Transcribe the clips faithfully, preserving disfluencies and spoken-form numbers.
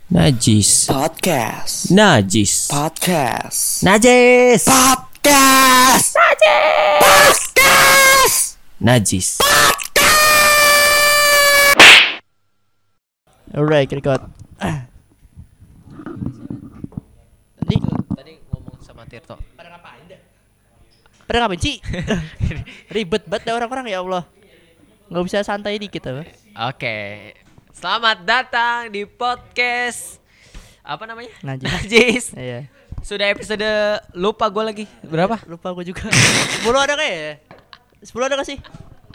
Najis Podcast. Najis Podcast. Najis Podcast. Najis Podcast. Najis. Alright, record. Tadi Tadi ngomong sama Tirto. pada ngapain dah? Pada ngapain sih? Ribet banget dah orang-orang, ya Allah. Nggak bisa santai dikit apa? Oke, selamat datang di podcast apa namanya? Najis. Najis. Iya. Sudah episode lupa gue lagi berapa? Lupa gue juga. sepuluh ada kayak ya? sepuluh ada gak sih?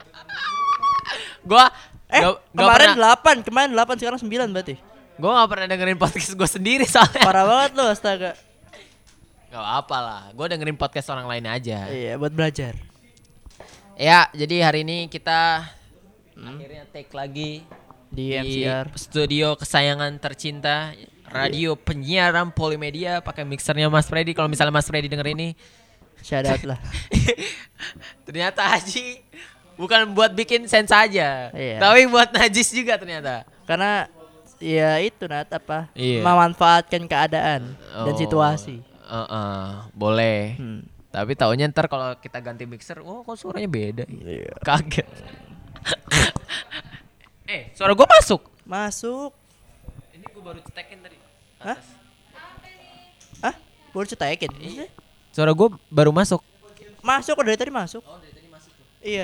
Gue Eh, gak, gak kemarin pernah, delapan, kemarin delapan, sekarang sembilan berarti. gue gak pernah dengerin podcast gue sendiri soalnya. Parah banget lo, astaga. Gak apa lah, gue dengerin podcast orang lain aja. Iya, buat belajar. Ya, jadi hari ini kita akhirnya take lagi Di M C R. studio kesayangan tercinta, radio penyiaran Polimedia, pakai mixernya Mas Freddy. Kalau misalnya Mas Freddy denger ini, Shout out lah. ternyata Haji bukan buat bikin sense aja, Iya. tapi buat najis juga ternyata. Karena ya itu Nat apa? Iya. Memanfaatkan keadaan dan Oh, situasi. uh-uh, boleh. Hmm. Tapi taunya ntar kalau kita ganti mixer, oh kok suaranya beda. Iya. Kaget. eh, suara gue masuk. Masuk. Ini gue baru cetekin tadi. Hah? Atas. Hah? Baru cetekin? Iya. Suara gue baru masuk. Masuk, dari tadi masuk. Oh, dari tadi masuk tuh. Iya.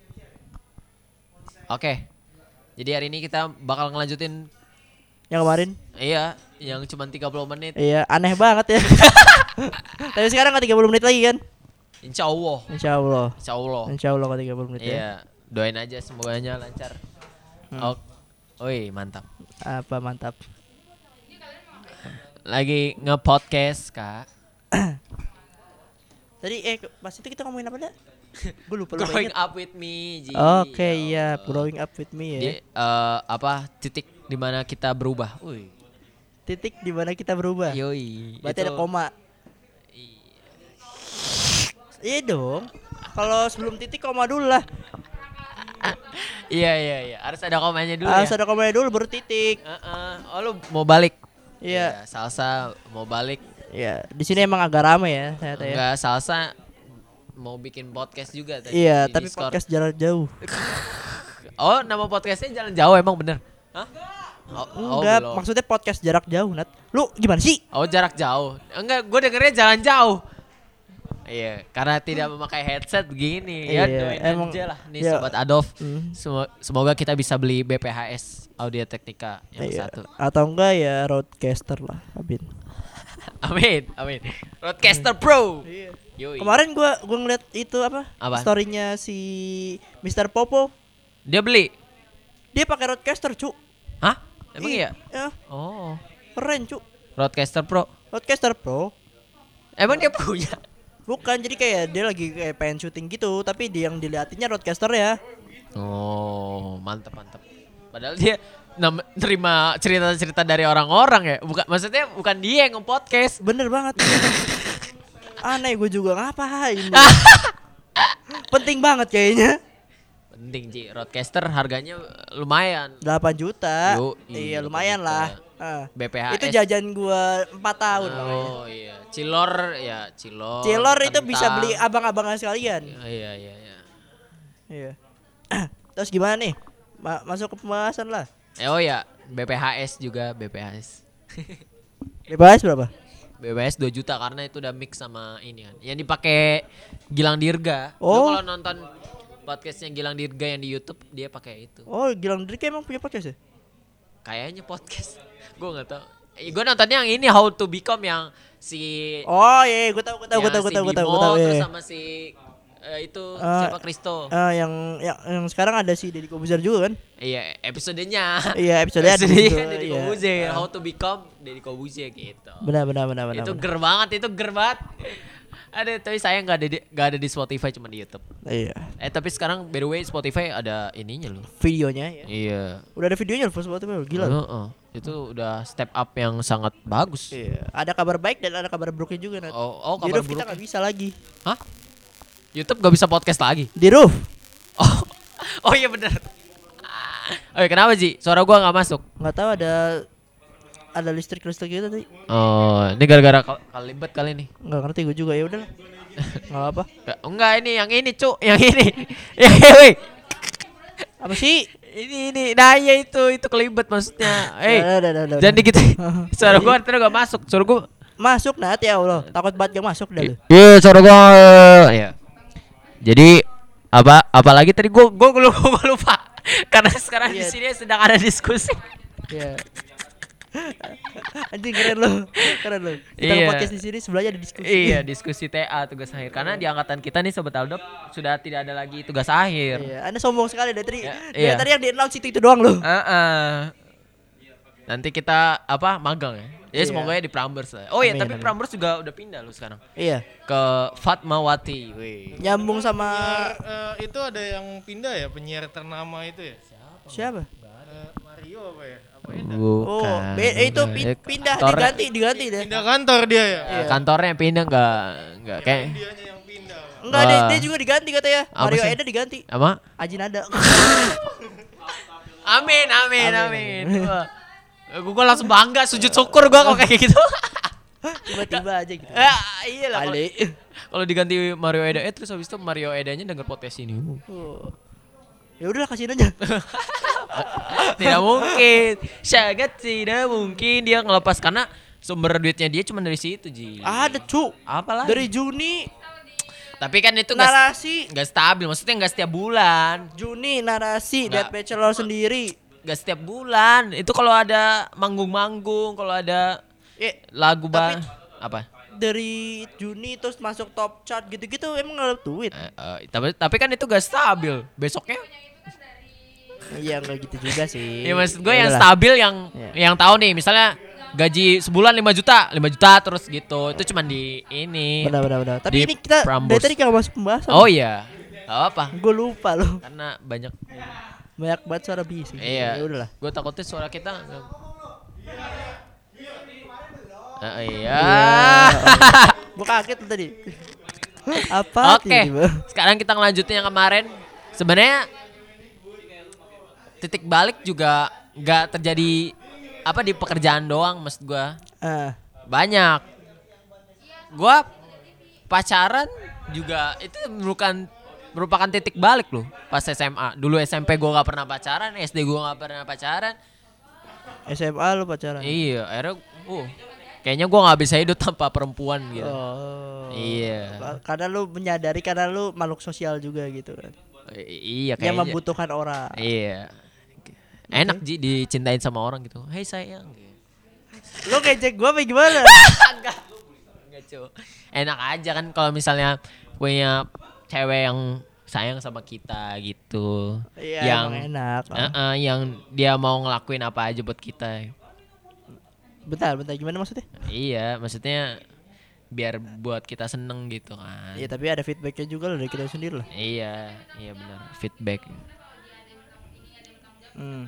Oke. Jadi hari ini kita bakal ngelanjutin, Yang kemarin. iya, yang cuma tiga puluh menit. Iya, aneh banget ya. Tapi sekarang nggak tiga puluh menit lagi kan? Insya Allah. Insya Allah. Insya Allah. Insya Allah nggak tiga puluh menit ya. Iya, doain aja semuanya lancar. Hmm. Oh, oi mantap. Apa mantap. Lagi nge-podcast, Kak. Tadi eh pas itu kita ngomongin apa dah? Gue lupa lupa Growing inget. up with me, Ji. Oke, Ya iya, Allah. growing up with me ya. Di, eh, apa titik di mana kita berubah. Wih. Titik di mana kita berubah. Yoi. Berarti itu- ada koma. Iya dong. Kalau sebelum titik koma dulu lah. Iya iya iya, harus ada komanya dulu Harus ya. ada komanya dulu baru titik. Heeh. Oh, lu mau balik? Iya. Salsa mau balik. Iya, di sini emang agak rame ya ternyata ya. Enggak, Salsa mau bikin podcast juga tadi. Iya, di tapi Discord. podcast jarak jauh. Oh, nama podcastnya Jalan Jauh emang bener? Hah? Oh, oh, Enggak, belum. maksudnya podcast jarak jauh, Nat. Lu gimana sih? Oh, jarak jauh. Enggak, gue dengernya jalan jauh. Iya, karena tidak memakai headset begini. Ya, Iya, doain emang- aja lah nih ya. Sobat Adolf. Hmm. Semo- Semoga kita bisa beli B P H S Audio Technica yang Iya. satu. Atau enggak ya roadcaster lah, Abin. Amin, amin. Roadcaster Pro. Iya. Yoi. Kemarin gua gua ngeliat itu apa? Apa? Story-nya si mister Popo. Dia beli. Dia pakai roadcaster, cu. Hah? Emang iya? Ya, Oh, keren, cu. Roadcaster Pro. Roadcaster Pro. Emang dia punya? Bukan, jadi kayak dia lagi kayak pengen syuting gitu, tapi dia yang diliatinnya roadcaster ya. Oh, mantap mantap. Padahal dia nam- nerima cerita-cerita dari orang-orang ya. Bukan, maksudnya bukan dia yang nge-podcast. Bener banget. Aneh, gue juga ngapain. Penting banget kayaknya. Penting Ci, Roadcaster harganya lumayan. delapan juta. Yo, Iya, iya, lumayan delapan lah. juta. Ah. B P H S. Itu jajan gua empat tahun makanya. Oh iya, cilor ya, cilor. Cilor itu bisa kentang. beli abang-abangan sekalian. Iya iya iya. Iya. Terus gimana nih? Ma- masuk ke pembahasan lah. Eh, oh ya, B P H S juga, B P H S. Bebas berapa? B P H S dua juta karena itu udah mix sama ini kan. Yang dipakai Gilang Dirga. Lu Oh. kalau nonton podcastnya Gilang Dirga yang di YouTube, dia pakai itu. Oh, Gilang Dirga emang punya podcast ya? Kayaknya podcast. Gue nggak tahu. Eh, gue nontonnya yang ini How to Become yang si Oh iya, gue tahu, gue tahu, gue yang tahu, gue si tahu, gue tahu, Bimo, gue tahu. terus Iya. sama si eh, itu Eh, siapa Kristo. Ah, yang, yang yang sekarang ada si Deddy Kobuzer juga kan? Iya, episodenya. Iya, episode-nya ada Episodenya juga, kan Deddy iya. Kobuzer, Ah. How to Become Deddy Kobuzer gitu. Benar, benar, benar, benar. itu benar. ger banget, itu ger banget. Ada, tapi saya nggak ada di, nggak ada di Spotify, cuma di YouTube. Iya. Eh tapi sekarang by the way Spotify ada ininya loh. Videonya ya. Iya. Udah ada videonya loh Spotify, gila. Heeh. Itu udah step up yang sangat bagus. Iya. Ada kabar baik dan ada kabar buruknya juga Nat. Oh, oh Di kabar Roof kita buruk. nggak bisa lagi. Hah? YouTube gak bisa podcast lagi? Di Roof. Oh, oh iya benar. Oh iya, kenapa Ji? Suara gua nggak masuk. Nggak tahu ada ada listrik-listrik gitu tadi. Oh, ini gara-gara kal- kalibet kali nih. Enggak ngerti gue juga, ya udahlah. Enggak apa. Enggak, enggak ini yang ini, Cuk. Yang ini. Ya, weh. Apa sih? Ini ini. Nah, iya itu, itu kelibet maksudnya. Eh, Udah, udah, udah, udah. jangan gitu. Suara gua terus gak masuk. Suara gua. Masuk nah, ya Allah. Takut banget gak masuk dah lu. Iya, suara gua. Iya. Jadi apa apalagi tadi gua gua gua lupa, gua lupa. Karena sekarang di Iya. sini sedang ada diskusi. Iya. Anjing keren lu. Keren lu. Kita Iya. podcast di sini sebelahnya ada diskusi. Iya, diskusi T A tugas akhir karena di angkatan kita nih Sobat Aldop sudah tidak ada lagi tugas akhir. Iya, Anda sombong sekali dari tadi. Ya, Dari iya. tadi yang di-announce itu itu doang lu. Heeh. Nanti kita apa magang ya? Ya Iya. semoga ya di Prambors lah. Oh iya, Amin, tapi amin. Prambors juga udah pindah lu sekarang Iya. ke Fatmawati. Wih. Nyambung sama Eh, itu ada yang pindah ya penyiar ternama itu ya? siapa? Eh, Mario apa ya? Apa ya? Oh, be- eh, itu pin- pindah Kantornya- diganti diganti deh. Pindah kantor dia ya? Eh, kantornya pindah enggak enggak kayak Dianya yang pindah. Pak. Enggak, dia, Wah. dia juga diganti katanya. Apa Mario sih? Eda diganti. apa? Aji Nada. Amin amin Amin, amin. Wah. Gua gua langsung bangga sujud syukur gua kalau kayak gitu. Tiba-tiba aja gitu. Ya, iyalah kalau Ali. kalau diganti Mario Eda eh terus habis itu Mario Edanya denger podcast ini. Oh. Ya udahlah kasihin aja. Tidak mungkin. Sangat tidak mungkin dia ngelepas karena sumber duitnya dia cuma dari situ, Ji. Ada, cu. Apa lagi? Dari Juni Tapi kan itu nggak narasi, nggak stabil, maksudnya nggak setiap bulan, Juni narasi Nggak. Death Bachelor sendiri. nggak setiap bulan. Itu kalau ada manggung-manggung, kalau ada Eh, lagu Tapi- ba apa? dari Juni terus masuk top chart gitu-gitu emang nggak ada duit. Eh, eh, tapi tapi kan itu gak stabil. Besoknya, Iya enggak gitu juga sih. ya maksud gue Ya yang udahlah. stabil yang Iya. yang tahu nih, misalnya gaji sebulan lima juta, lima juta terus gitu. Itu cuma di ini. Benar benar benar. Tapi Di ini kita Prambors. dari tadi nggak masuk pembahasan. Oh iya, gak apa, Gue lupa loh. karena banyak. Banyak banget suara bisik. Iya. Ya udahlah. Gue takutnya suara kita nggak. Eh, iya. Gue kaget tuh tadi. Apa? Oke. tiba-tiba? Sekarang kita ngelanjutin yang kemarin. Sebenarnya titik balik juga nggak terjadi apa di pekerjaan doang, maksud gua. Ah, Banyak. Gua pacaran juga itu merupakan merupakan titik balik loh pas S M A. Dulu S M P gua nggak pernah pacaran, S D gua nggak pernah pacaran. S M A lu pacaran. Iya, akhirnya uh kayaknya gua nggak bisa hidup tanpa perempuan gitu. Oh. Iya. Karena lu menyadari karena lu makhluk sosial juga gitu kan. I- iya Yang kayaknya. membutuhkan orang. Iya. Enak Ji dicintain sama orang gitu. Hei sayang. Lu ngejek gua apa gimana? Enggak. Enggak, cu. Enak aja kan kalau misalnya punya cewek yang sayang sama kita gitu. Iya, yang emang enak. Heeh, yang dia mau ngelakuin apa aja buat kita. Bentar, bentar gimana maksudnya? Iya, maksudnya biar buat kita seneng gitu kan. Iya, tapi ada feedbacknya juga loh dari kita sendiri lah. Iya, iya benar. Feedback. Hmm.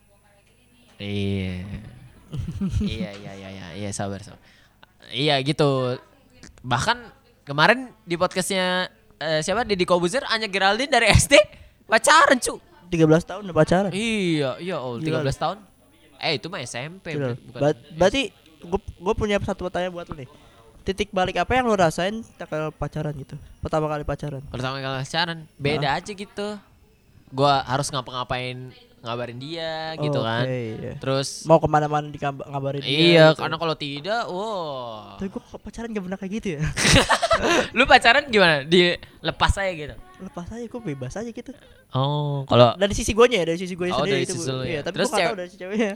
Iya. iya, iya, iya, iya, iya, sabar, sabar. Iya gitu. Bahkan kemarin di podcastnya eh, siapa Deddy Kobuzer, Anya Geraldine dari S D pacaran, cu. tiga belas tahun udah pacaran. Iya, iya, oh, Gila. tiga belas tahun. Eh, itu mah S M P, Gila. bukan. Ba- berarti gue gue punya satu pertanyaan buat lu nih. Titik balik apa yang lu rasain kalau pacaran gitu? Pertama kali pacaran. Pertama kali pacaran, beda aja gitu. Gua harus ngapa-ngapain ngabarin dia gitu Oh, kan. oke, iya. Terus Mau kemana-mana dikabarin dia. iya, gitu. karena kalau tidak, wow. Tapi gue pacaran gak pernah kayak gitu ya. Lu pacaran gimana? Dilepas aja gitu. Lepas aja, gue bebas aja gitu. Oh, kalau Dari sisi gue ya, dari sisi gue Oh, sendiri dari itu. sisi lu Iya, ya. tapi Terus gue gak cewek- tahu dari si ceweknya.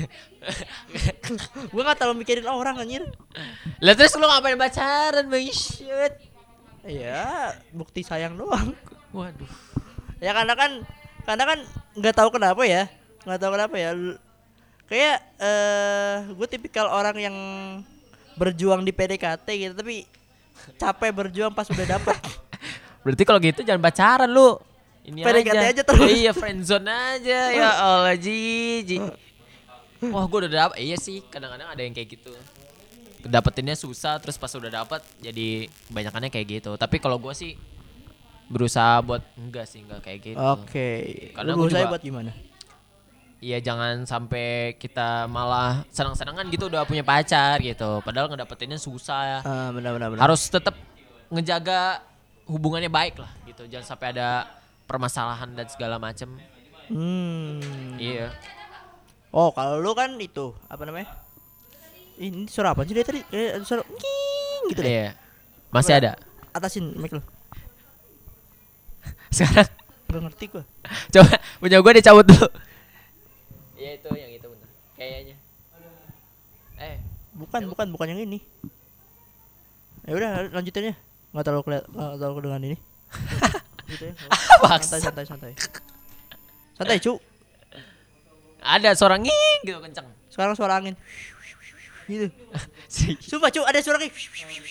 Gue gak terlalu mikirin orang anjir. lah terus lu ngapain pacaran, bang? Shit. Iya, bukti sayang doang. Waduh. Ya karena kan karena kan nggak tahu kenapa ya, nggak tahu kenapa ya. L- Kayak eh gue tipikal orang yang berjuang di P D K T gitu, tapi capek berjuang pas udah dapet. Berarti kalau gitu jangan pacaran lu. Ini P D K T aja terus. Iya, friendzone aja. Ya Allah, Ji. Wah, gua udah dapet. Iya sih, kadang-kadang ada yang kayak gitu. Dapetinnya susah, terus pas udah dapet jadi kebanyakannya kayak gitu. Tapi kalau gua sih berusaha buat enggak sih, enggak kayak gitu. Oke. Karena Lu gua berusaha juga- buat gimana? Iya jangan sampai kita malah senang-senangan gitu udah punya pacar gitu. Padahal ngedapetinnya susah. Ah, benar-benar. Harus tetap ngejaga hubungannya baik lah gitu. Jangan sampai ada permasalahan dan segala macem. Hmm. Iya. Oh, kalau lu kan itu apa namanya? Ini suara apa sih dia tadi? Kayak ada suara nging gitu deh. Iya. Masih ada. Atasin mic lu. Sekarang Gak ngerti gua. coba punya gue dicabut dulu. Iya itu yang itu bener. Kayaknya. Eh, Bukan, bukan, bukan yang ini. Ya udah lanjutinnya. Enggak terlalu keliat, enggak terlalu kedengan ini. Gitu ya. Baksa. Santai, santai, santai. Santai, cu. ada suara nging gitu kenceng. Sekarang suara angin. Gitu. Sumpah, cu, ada suara kayak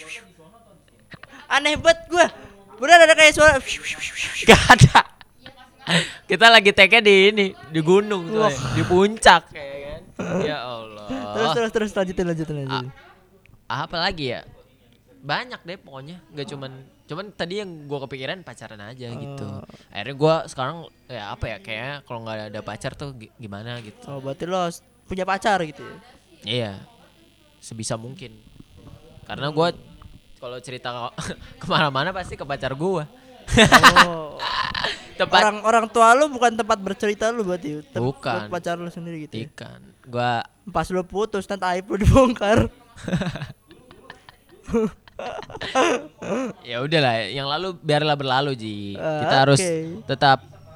aneh banget gua. Beneran ada kayak suara. Gak ada. Kita lagi take-nya di ini, di gunung tuh, di puncak kayak kan. Ya Allah. Terus terus terus lanjutin lanjutin lanjutin. Ah, apa lagi ya? Banyak deh pokoknya, nggak cuman cuman tadi yang gua kepikiran pacaran aja gitu. Akhirnya gua sekarang ya apa ya kayak kalau nggak ada pacar tuh gi- gimana gitu. Oh, berarti lo s- punya pacar gitu ya. Iya. Sebisa mungkin. Karena gua kalau cerita ke- kemana-mana pasti ke pacar gua. Oh. Tempat Orang orang tua lu bukan tempat bercerita lu berarti. Tem- Bukan. buat pacar lu sendiri gitu. Ya? ikan. Gua Pas lu putus nanti aib lu dibongkar. ya udahlah, yang lalu biarlah berlalu Ji. Ah, Kita harus oke. tetap.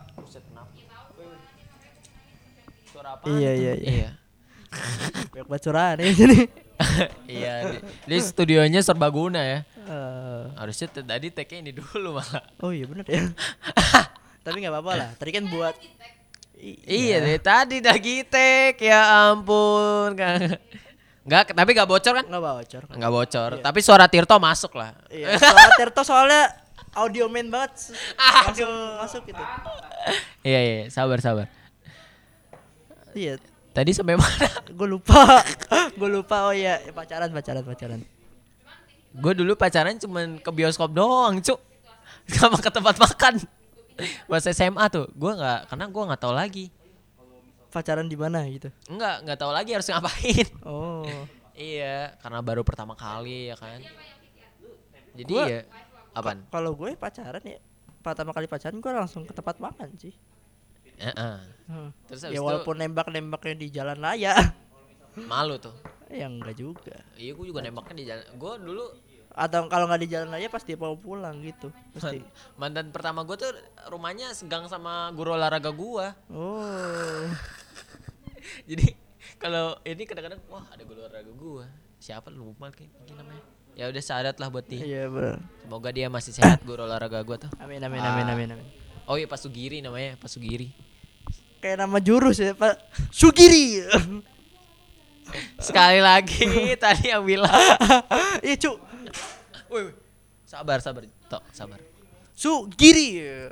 Suara apaan Iya, itu? iya, iya. Iya. Banyak bacoran ya sini. Iya, di, di studionya serbaguna ya. Eh, Harusnya t- tadi take ini dulu malah. oh iya benar ya. Tapi nggak apa-apa lah. Tadi kan buat I- Iya deh, tadi udah gitek, ya ampun. Enggak, tapi gak bocor kan? nggak bocor. kan? Enggak bocor, tapi suara Tirto masuk lah. Iya. Soalnya Tirto soalnya audio man banget. Langsung masuk gitu. Iya, iya, sabar, sabar. Iya. Tadi sampai mana? Gue lupa. Gue lupa. Oh iya, pacaran pacaran pacaran. Gue dulu pacaran cuman ke bioskop doang, cuk. Sama ke tempat makan. Pas S M A tuh, gue nggak, karena gue nggak tahu lagi. Pacaran di mana gitu. Enggak, nggak tahu lagi harus ngapain. Oh. Iya, karena baru pertama kali ya kan. Jadi Gua- ya, apaan? Kalau gue pacaran ya pertama kali pacaran gue langsung ke tempat makan sih. Heeh. Hmm. Terus habis Ya itu walaupun nembak-nembaknya di jalan raya. malu tuh. Ya enggak juga. Iya, gue juga nembaknya di jalan. Gue dulu Atau kalau nggak di jalan raya pasti mau pulang gitu. Pasti. mantan pertama gue tuh rumahnya segang sama guru olahraga gue. Oh. Jadi kalau ini kadang-kadang wah ada guru olahraga gue. Siapa lupa kayak gini namanya. Ya udah syarat lah buat dia. Iya benar. Semoga dia masih sehat guru olahraga gue tuh. Amin amin amin amin amin. Oh iya Pak Sugiri namanya, Pak Sugiri. Kayak nama jurus ya, Pak Sugiri. Sekali lagi tadi yang bilang. Iya, Cuk. Woi, woi. Sabar, sabar. Tok, sabar. Sugiri. Eh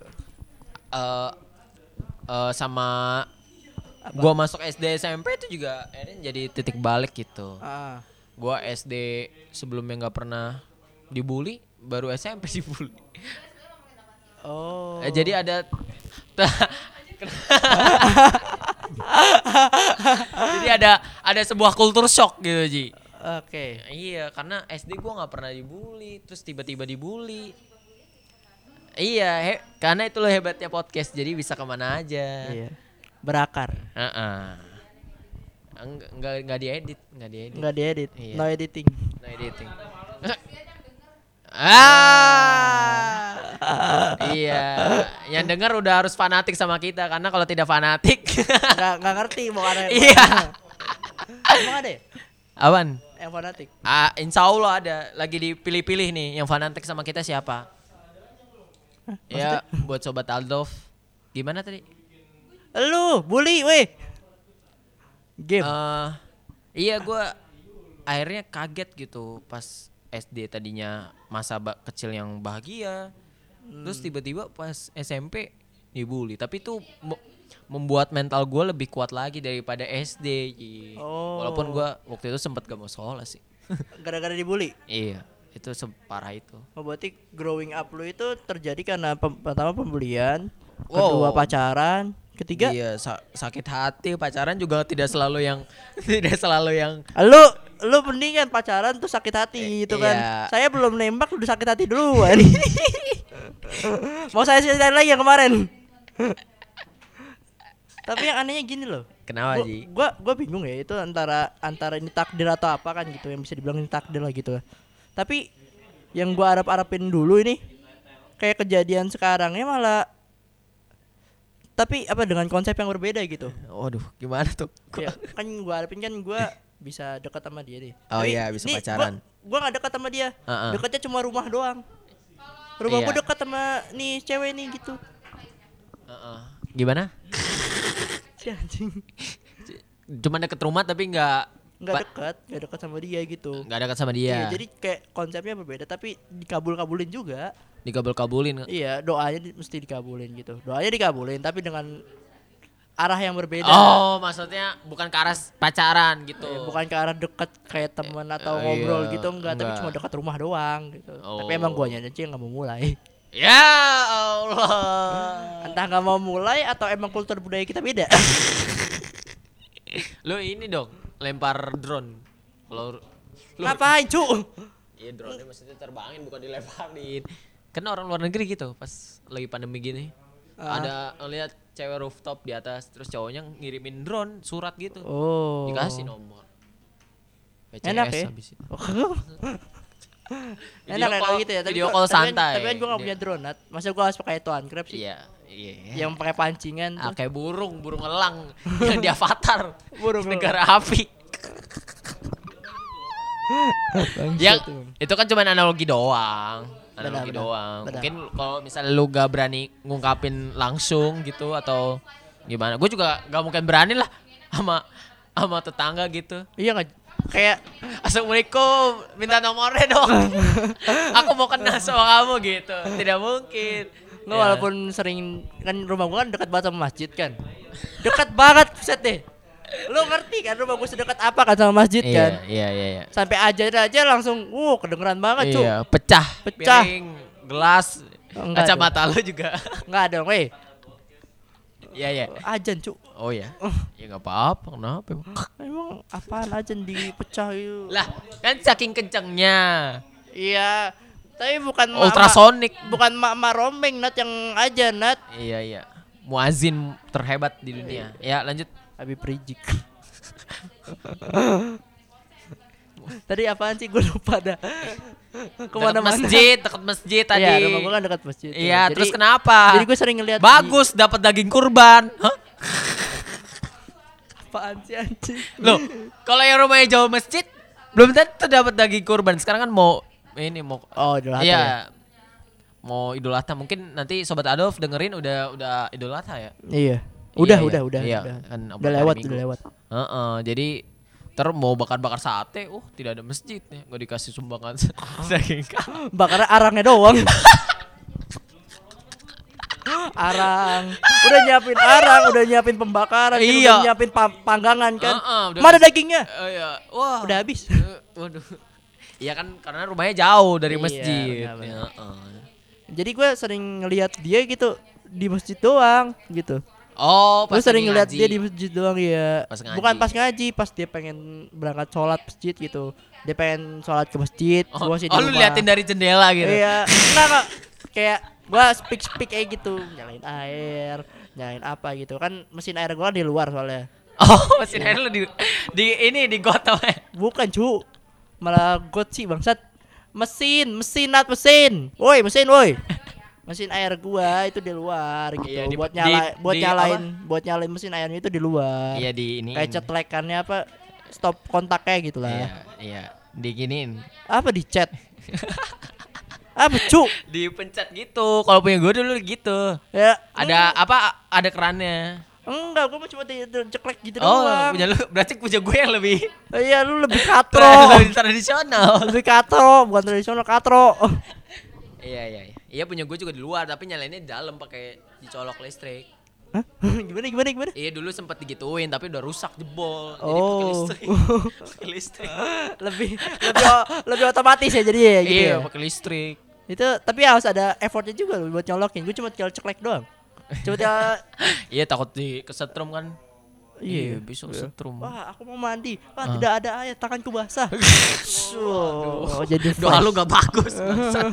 eh, sama gua masuk S D S M P itu juga akhirnya jadi titik balik gitu. Ah. Gua S D sebelumnya nggak pernah dibully, baru S M P dibully. Oh. Eh, jadi ada jadi ada ada sebuah kultur shock gitu Ji. Oke. Iya, karena S D gua nggak pernah dibully, terus tiba-tiba dibully. Iya, he- karena itu loh hebatnya podcast, jadi bisa kemana aja. Iya. Berakar. Heeh. Enggak enggak enggak diedit, enggak diedit. Enggak diedit. Iya. No editing. No editing. ah. Iya, yang dengar udah harus fanatik sama kita karena kalau tidak fanatik Enggak enggak ngerti mau ada yang Iya. Emang ada ya? Awan. Yang fanatik. Ah, insya Allah ada. Lagi dipilih-pilih nih yang fanatik sama kita siapa? Ya, buat sobat Aldov. Gimana tadi? Lu bully weh. Game. Eh, iya gue akhirnya kaget gitu pas S D tadinya masa ba- kecil yang bahagia, terus tiba-tiba pas S M P dibully. Tapi itu me- membuat mental gue lebih kuat lagi daripada S D. Ji. Oh. Walaupun gue waktu itu sempat gak mau sekolah sih. Gara-gara dibully. Iya, itu separah itu. Oh, berarti growing up lu itu terjadi karena pem- pertama pembulian, Wow. kedua pacaran, Ketiga, Iya, sa- sakit hati pacaran juga tidak selalu yang tidak selalu yang lu lu mendingan pacaran tuh sakit hati gitu kan. iya. Saya belum nembak udah sakit hati duluan. Mau saya ceritain lagi yang kemarin. Tapi yang anehnya gini loh. kenapa Gua, Ji? gua gua bingung ya itu antara antara ini takdir atau apa kan gitu yang bisa dibilang ini takdir lah gitu. Tapi yang gua harap-harapin dulu ini kayak kejadian sekarangnya malah tapi apa dengan konsep yang berbeda gitu. Waduh, gimana tuh? Ya, kan gua harapin kan gua bisa dekat sama dia deh. Oh Tapi iya, bisa nih, pacaran. Gua, gua gak dekat sama dia. Uh-uh. Dekatnya cuma rumah doang. Rumah Iya. gua dekat sama nih cewek nih gitu. Heeh. Gimana? Si anjing. Cuma deket rumah tapi nggak Nggak Ba- dekat, nggak dekat sama dia gitu. nggak dekat sama Iya, dia. jadi kayak konsepnya berbeda tapi dikabul-kabulin juga. Dikabul-kabulin. Iya, doanya di- mesti dikabulin gitu. Doanya dikabulin tapi dengan arah yang berbeda. Oh, maksudnya bukan ke arah pacaran gitu. Eh, bukan ke arah dekat kayak teman atau Eh, ngobrol iya, gitu enggak, tapi enggak. cuma dekat rumah doang gitu. Oh. Tapi emang guanya aja yang nggak mau mulai. Ya Allah. Entah nggak mau mulai atau emang kultur budaya kita beda. Lu ini dong, lempar drone. Kalau lu Ngapain, cu? Iya, drone-nya maksudnya terbangin bukan dilemparin. Kan orang luar negeri gitu pas lagi pandemi gini. Ah. Ada lihat cewek rooftop di atas terus cowoknya ngirimin drone surat gitu. Oh. Dikasih nomor. P C S Enak ya? habis itu. Enak Video ya call- kalau gitu ya. Tapi video gua- call tapi kan- santai. Tapi kan gua nggak Dia- punya drone, Nat. Masa gua harus pakai tuan crab sih? Iya, iya. Yang pakai pancingan tuh. Ah, kayak burung, burung elang yang di Avatar. Burung negara api. Yang itu kan cuma analogi doang. Analogi Benar, benar. doang. Benar. Mungkin kalau misalnya lu gak berani ngungkapin langsung gitu atau gimana. Gue juga gak mungkin berani lah sama sama tetangga gitu. Iya nggak? Kayak Assalamualaikum, minta nomornya dong. Aku mau kenal sama kamu gitu. Tidak mungkin. nggak Ya. walaupun sering kan rumah gua kan dekat banget sama masjid kan. Dekat banget set deh. Lu ngerti kan rumah gua sedekat apa kan sama masjid Iya, kan? iya, iya, iya. Sampai aja aja langsung, uh kedengeran banget, cu. Iya, pecah, Pecah. piring, gelas, Enggak kacamata lu juga. Nggak dong, weh. Iya, iya. Ajan, cu. Oh ya, ya nggak apa-apa, kenapa? emang? Emang apaan ajan dipecah itu? Lah, kan saking kencengnya. Iya. Tapi bukan mak- Ultrasonik. mak- bukan mak-mak rombeng Nat yang ajan, Nat. Iya, iya. Muazin terhebat di dunia. Ya, lanjut. Habib Rizik. Tadi apaan sih gue lupa dah. Dekat Kemana-mana. masjid, dekat masjid tadi. Iya, rumah gue kan dekat masjid. tuh. Iya, Jadi- terus kenapa? Jadi gue sering ngeliat Bagus dapat daging kurban. Hah? di- apaan sih anjing? Loh, kalau yang rumahnya jauh masjid belum tentu dapat daging kurban. Sekarang kan mau ini mau Oh, Idul Adha iya. ya? Mau Idul Adha mungkin nanti sobat Adolf dengerin udah udah Idul Adha ya. Iya. Udah, Iya, udah, iya. udah, Iya, udah. kan Udah upload hari lewat, Minggu. udah lewat. Heeh, jadi ter mau bakar-bakar sate, uh tidak ada masjid nih, nggak dikasih sumbangan daging kambing. Bakarnya arangnya doang. Arang. Udah nyiapin arang, udah nyiapin pembakaran, kan, Iya. udah nyiapin pa- panggangan kan. Heeh, udah Mana kasih- dagingnya? Eh, iya. Wah, Udah habis. Eh, waduh. Iya kan karena rumahnya jauh dari Iya, masjid. benar, benar. Heeh. Jadi gue sering ngelihat dia gitu di masjid doang gitu. Oh, Gue pas sering lagi ngeliat ngaji. dia di masjid doang ya. Pas ngaji. Bukan pas ngaji, pas dia pengen berangkat sholat masjid gitu. Dia pengen sholat ke masjid. Oh, Gua sih di oh lu rumah. liatin dari jendela gitu. Iya. Enggak kok. Kayak gua speak speak kayak gitu, nyalain air, nyalain apa gitu. Kan mesin air gua di luar soalnya. Oh, mesin air lu di di ini di got apa ya? Bukan, cu. Malah got sih bangsat. Mesin, mesin nat mesin. Woi, mesin woi. Mesin air gua itu di luar gitu. Iya, di- buat di- nyala buat di nyalain buat nyalain mesin airnya itu di luar. Iya di ini. Kayak cetlekannya apa stop kontaknya gitu lah. Iya, iya. Diginiin. Apa di chat? Apa cu? Dipencet gitu. Kalau punya gue dulu gitu. Ya Ada apa? Ada kerannya. enggak, gua mah cuma di, di ceklek gitu Oh, doang. punya lu berarti punya gue yang lebih Iya, lu lebih katro. lebih tradisional. Lebih katro, bukan tradisional katro. Iya, iya, iya. Iya punya gue juga di luar tapi nyalainnya di dalam pakai dicolok listrik. Hah? Gimana gimana gimana? Iya dulu sempet digituin tapi udah rusak jebol. Jadi pakai Oh. listrik. Pakai listrik. lebih lebih o- lebih otomatis ya jadi ya gitu. Iya, ya? pakai listrik. Itu tapi harus ada effortnya juga loh buat nyolokin. Gue cuma tinggal ceklek doang. Coba dia, Iya takut di kesetrum kan. iya bisa kesetrum. Wah, aku mau mandi. Wah, tidak ada air, tanganku basah. Oh, jadi Doa fresh. lu gak bagus. bangsat.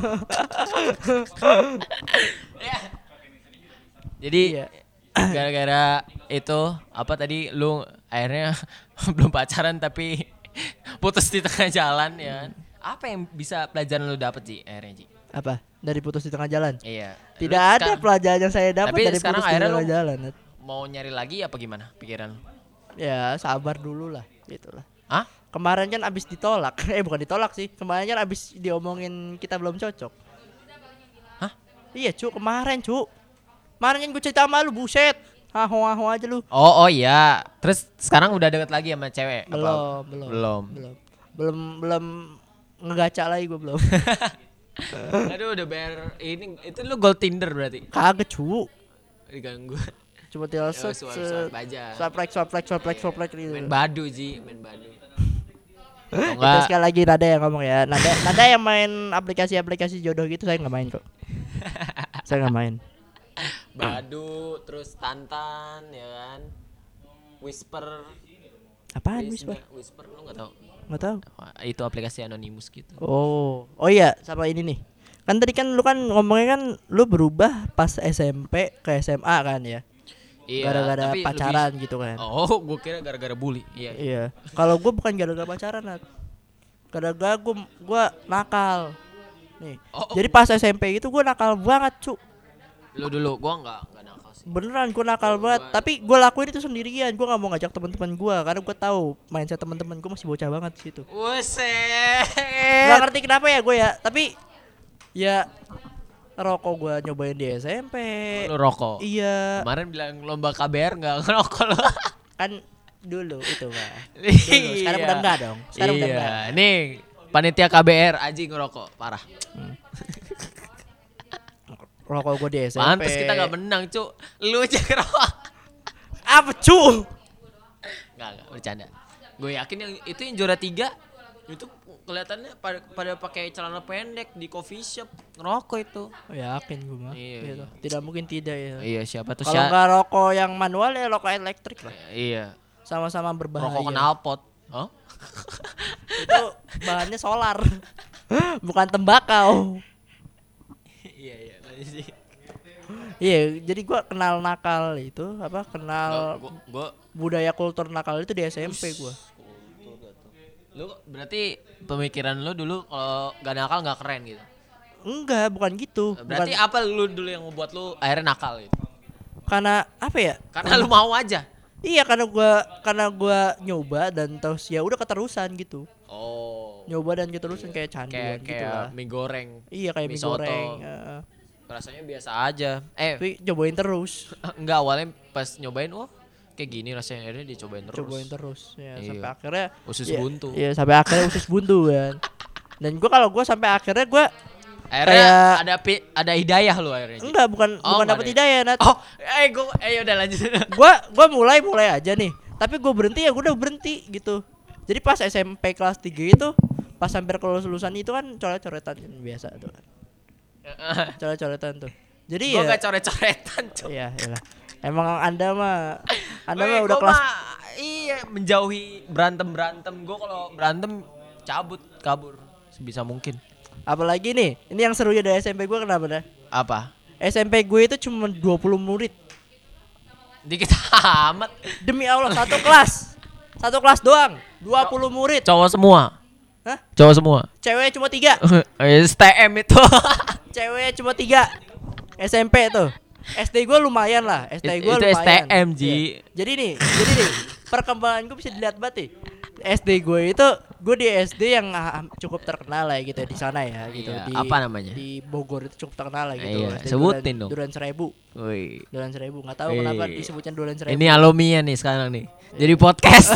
Ya. Jadi Iya. gara-gara itu apa tadi lu akhirnya belum pacaran tapi putus di tengah jalan ya kan? Apa yang bisa pelajaran lu dapet Ji akhirnya Ji? Apa? Dari putus di tengah jalan? Iya. Tidak Lu ada sekarang pelajaran yang saya dapat Tapi dari sekarang putus di akhirnya tengah lu- jalan. Nat. mau nyari lagi apa gimana pikiran lu? Ya, sabar dulu lah, gitulah. Hah? Kemarin kan abis ditolak. Eh, bukan ditolak sih. Kemarin kan abis diomongin kita belum cocok. Hah? Iya, Cuk, kemarin, Cuk. Kemarin kan gue cerita sama lu, buset. Haho-haho aja lu. Oh, oh iya. Terus sekarang udah deket lagi sama cewek? Apa? Belum, belum. Belum. Belum. Belum belum ngegaca lagi gue belum. Aduh udah bayar ini itu lu gold Tinder berarti. Kagak, Cuk. Diganggu. Cuma tinggal Yo, set, swipe, set, swipe aja. swipe right, swipe right, swipe right, swipe right gitu. Main badu Ji, main badu. Atau Itu enggak sekali lagi Nada yang ngomong ya. Nada, Nada yang main aplikasi-aplikasi jodoh gitu saya nggak main kok. Saya nggak main. badu, terus tantan ya kan. Whisper. Apaan Whisper? Whisper lu enggak tahu. Nggak tahu. Wah, itu aplikasi anonimus gitu. Oh, oh iya sama ini nih. Kan tadi kan lu kan ngomongnya kan lu berubah pas S M P ke S M A kan ya. Iya, Gara-gara tapi pacaran lebih- gitu kan. Oh, gua kira gara-gara bully. Iya. Iya. Kalau gue bukan gara-gara pacaran, Nat. Gara-gara gue gua nakal. Nih. Oh, oh. Jadi pas S M P itu gue nakal banget, Cuk. Lu dulu gua enggak enggak nakal sih. Beneran gue nakal banget. Tapi gue lakuin itu sendirian. Gue nggak mau ngajak teman-teman gue karena gue tahu mindset teman-teman gue masih bocah banget di situ. Buset. Gak ngerti kenapa ya gue ya. Tapi ya rokok gue nyobain di S M P. Lu rokok. Iya. Kemarin bilang lomba K B R enggak ngerokok lu. Kan dulu itu mah. Dulu. Sekarang udah enggak dong. Sekarang iya. udah enggak. Nih, panitia K B R Aji ngerokok, parah. Rokok gue di S M P. Pantes kita gak menang, Cuk. Lu aja ngerokok. Apa, Cuk? Enggak, enggak, bercanda. Gue yakin yang itu yang juara tiga itu kelihatannya pada pada pakai celana pendek di coffee shop ngerokok itu. Oh, yakin gue mah. Iya, Gitu. iya. Tidak mungkin tidak ya. Iya, siapa tuh? Kalau Sya- enggak rokok yang manual ya rokok elektrik lah. Iya. Sama-sama berbahaya. Rokok knalpot. Hah? Itu bahannya solar. Bukan tembakau. Iya, iya. lanjut. Iya, jadi gua kenal nakal itu apa? Kenal Gua, gua budaya kultur nakal itu di S M P gua. lu berarti pemikiran lu dulu kalau gak nakal gak keren gitu. Enggak, bukan gitu. Berarti Bukan, apa lu dulu yang membuat lu akhirnya nakal gitu? karena apa ya? Karena lu mau aja. Iya, karena gua karena gua nyoba dan terus ya udah keterusan gitu. Oh. Nyoba dan keterusan kayak canduan Kayak gitu lah. kayak mie goreng. Iya, kayak mie soto. goreng. heeh. Rasanya biasa aja. Eh, Tapi cobain terus. enggak awalnya pas nyobain wah kayak gini rasanya akhirnya dicobain terus. Cobain terus ya Iya. sampai akhirnya Usus ya, buntu. Iya, sampai akhirnya usus buntu kan. Dan gua kalau gua sampai akhirnya gua Akhirnya Kayak- ada pi- ada hidayah lu akhirnya. Ji. enggak bukan Oh, bukan enggak dapet ada ya? hidayah, Nat. Oh, eh gua eh udah lanjut. gua gua mulai mulai aja nih, tapi gua berhenti ya gua udah berhenti gitu. Jadi pas S M P kelas tiga itu pas hampir kelulus lulusan itu kan coret-coretan kan, biasa tuh kan. Coret-coretan tuh. Jadi Gua ya gak coret-coretan, Cok. iya iya. Emang Anda mah Anda Weh, mah udah gua kelas mah, iya menjauhi berantem-berantem. Gua kalau berantem cabut, kabur sebisa mungkin. apalagi nih. Ini yang serunya dari S M P gua kenapa dah? Apa? S M P gue itu cuma dua puluh murid. Dikit amat. Demi Allah, satu kelas. Satu kelas doang, dua puluh murid. Cowok semua. Hah? Cowok semua. Cewek cuma tiga. S T M itu. Cewek cuma tiga. S M P tuh. S D gue lumayan lah. S D It- gue itu lumayan. S T M, Ji. Iya. Jadi nih, jadi nih, perkembangan gue bisa dilihat banget nih. S D gue itu gue di S D yang ah, cukup terkenal lah gitu di sana ya gitu. Iya, Di, apa namanya? Di Bogor itu cukup terkenal lah gitu. Iya, S D sebutin Duren, dong. Duren Seribu. Wih. Duren Seribu. Nggak tahu Wih. kenapa disebutnya Duren Seribu. Ini alumni nih sekarang nih. Jadi podcast.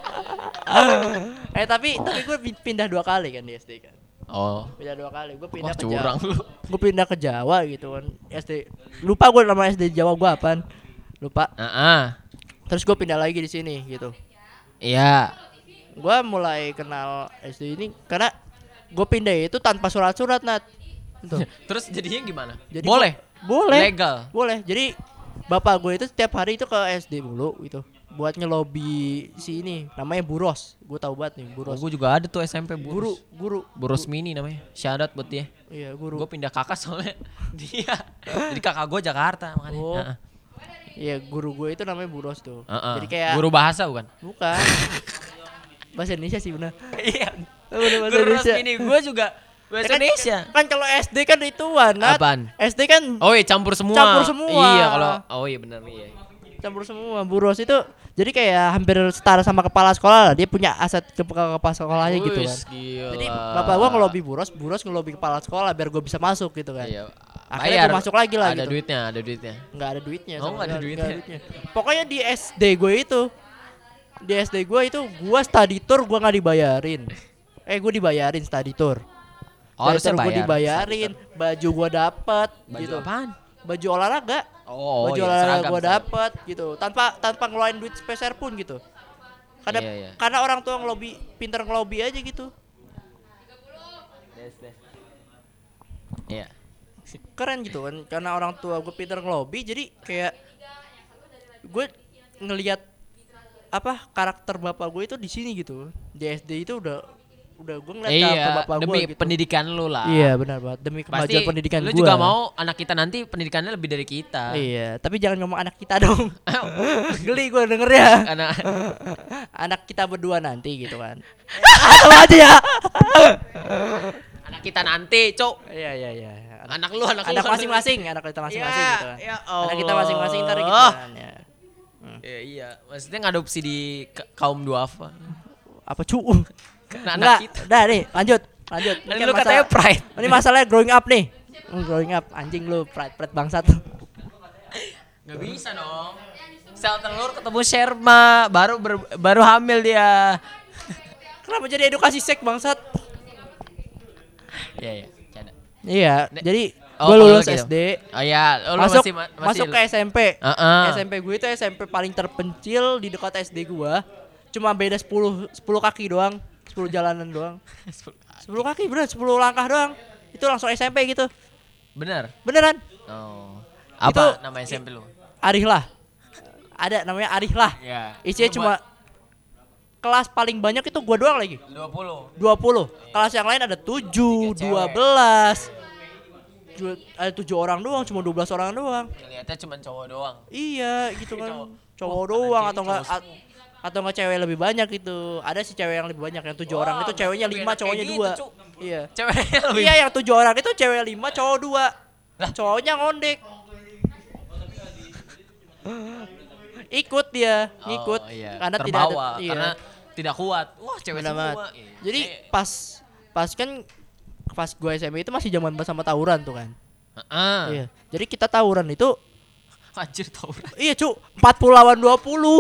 eh tapi tapi gue pindah dua kali kan di S D kan. Oh. Pindah dua kali. Gue Wah, pindah ke curang Jawa. lu. Gue pindah ke Jawa gitu kan. S D lupa gue nama S D Jawa gue apaan. Lupa. Heeh. Terus gue pindah lagi di sini gitu. Iya. Gue mulai kenal S D ini karena gue pindah itu tanpa surat-surat Nat. Gitu. Terus jadinya gimana? Jadi Boleh. gua- boleh. Legal. Boleh. Jadi bapak gue itu setiap hari itu ke S D mulu itu buat ngelobi si ini namanya Buros. Gue tahu banget nih Oh, Buros. gue juga ada tuh S M P Guru, Buros. guru. Buros Mini namanya. Syarat buat dia. Iya, guru. Gue pindah kakak soalnya dia. Jadi kakak gue Jakarta makanya. Oh. Heeh. Iya, guru gue itu namanya Buros tuh. Heeh. Jadi kayak guru bahasa bukan? bukan. Bahasa Indonesia sih benar. Iya. Oh, bener bahasa Guru Indonesia. Mini gue juga bahasa Ya kan, Indonesia. Kan kalau S D kan ituan, Nat. Apaan? S D kan Oh iya campur semua. Campur semua. Iya kalau oh iya benar iya. campur semua. Buros itu jadi kayak hampir setara sama kepala sekolah lah. Dia punya aset ke ke kepala sekolahnya gitu kan. Wis, gila. Jadi bapak gua ngelobi Buros, Buros ngelobi kepala sekolah biar gua bisa masuk gitu kan. Iya. Akhirnya gua masuk lagi lah ada gitu. duitnya, ada duitnya. Nggak ada duitnya. Oh, sama nggak ada sekali, duitnya. Pokoknya di S D gue itu, di S D gue itu gua study tour gua nggak dibayarin. Eh gua dibayarin study tour. Oh, harusnya Study tour gua bayar. dibayarin, baju gua dapet Baju gitu. apaan? Baju olahraga. Oh, baju iya, olahraga seragam, gua seragam. dapet gitu. Tanpa tanpa ngeluarin duit sepeser pun gitu. Karena Iya, iya. karena orang tua ngelobi, pinter ngelobi aja gitu. Iya. Keren gitu kan, karena orang tua gue pinter ngelobi jadi kayak gue ngelihat apa karakter bapak gue itu di sini gitu. Di S D itu udah udah gue ngeliat karakter Iya, bapak gue demi gitu. pendidikan lu lah. Iya benar banget, demi Pasti kemajuan pendidikan lu gue. juga mau anak kita nanti pendidikannya lebih dari kita. Iya, tapi jangan ngomong anak kita dong. Geli gue dengernya. Karena Anak kita berdua nanti gitu kan. Atau aja ya. anak kita nanti, Cok. Iya iya iya. Anak lu, anak, lu. Anak masing-masing, anak kita masing-masing Ya, gitu kan. ya Anak kita Allah. masing-masing ntar gitu kan ya. Ya, iya, maksudnya ngadopsi di ka- kaum duafa. Apa cu? Karena anak Enggak, kita. udah nih, lanjut, lanjut. Kan kan lu katanya pride. Ini masalahnya growing up nih. Hmm, growing up, anjing lu, pride, pride bangsat. Gak bisa dong. Sel telur ketemu sperma, baru ber- baru hamil dia. Kenapa jadi edukasi seks bangsat? Iya, iya, canda. Iya, Ne- jadi Oh, gue kalau lulus gitu. S D, Oh iya, lu masuk masih ma- masih masuk ke S M P. Heeh. S M P gue itu S M P paling terpencil di dekat S D gua. Cuma beda sepuluh sepuluh kaki doang, sepuluh jalanan doang. sepuluh kaki bener, sepuluh langkah doang. Itu langsung S M P gitu. Bener. Beneran? Oh. Apa Itu- nama S M P lu? Arih lah. Ada namanya Arih lah. Iya. Isinya cuma kelas paling banyak itu gua doang lagi. dua puluh. dua puluh. Kelas yang lain ada tujuh, Tiga dua belas. Ju- Ada tujuh orang doang, cuma dua belas orang doang. Kelihatannya cuma cowok doang. Iya, gitu Cowok. kan. Cowok Oh, doang kanan atau kiri enggak cowok a- atau enggak cewek lebih banyak gitu. Ada sih cewek yang lebih banyak, yang tujuh orang itu ceweknya lebih lima, enak kayak cowoknya gitu, dua. Cuk. Iya. Ceweknya lebih. Iya, yang tujuh orang itu cewek lima, cowok dua. Cowoknya ngondek. Ikut dia, ngikut Oh, iya. karena tidak ada Terbawa, iya. karena tidak kuat. Wah, cewek Benar semua. banget. Iya. Jadi Eh, pas pas kan pas gue S M P itu masih zaman sama tawuran tuh kan. heeh. Iya. Jadi kita tawuran itu Anjir tau. iya cu empat puluh lawan dua puluh.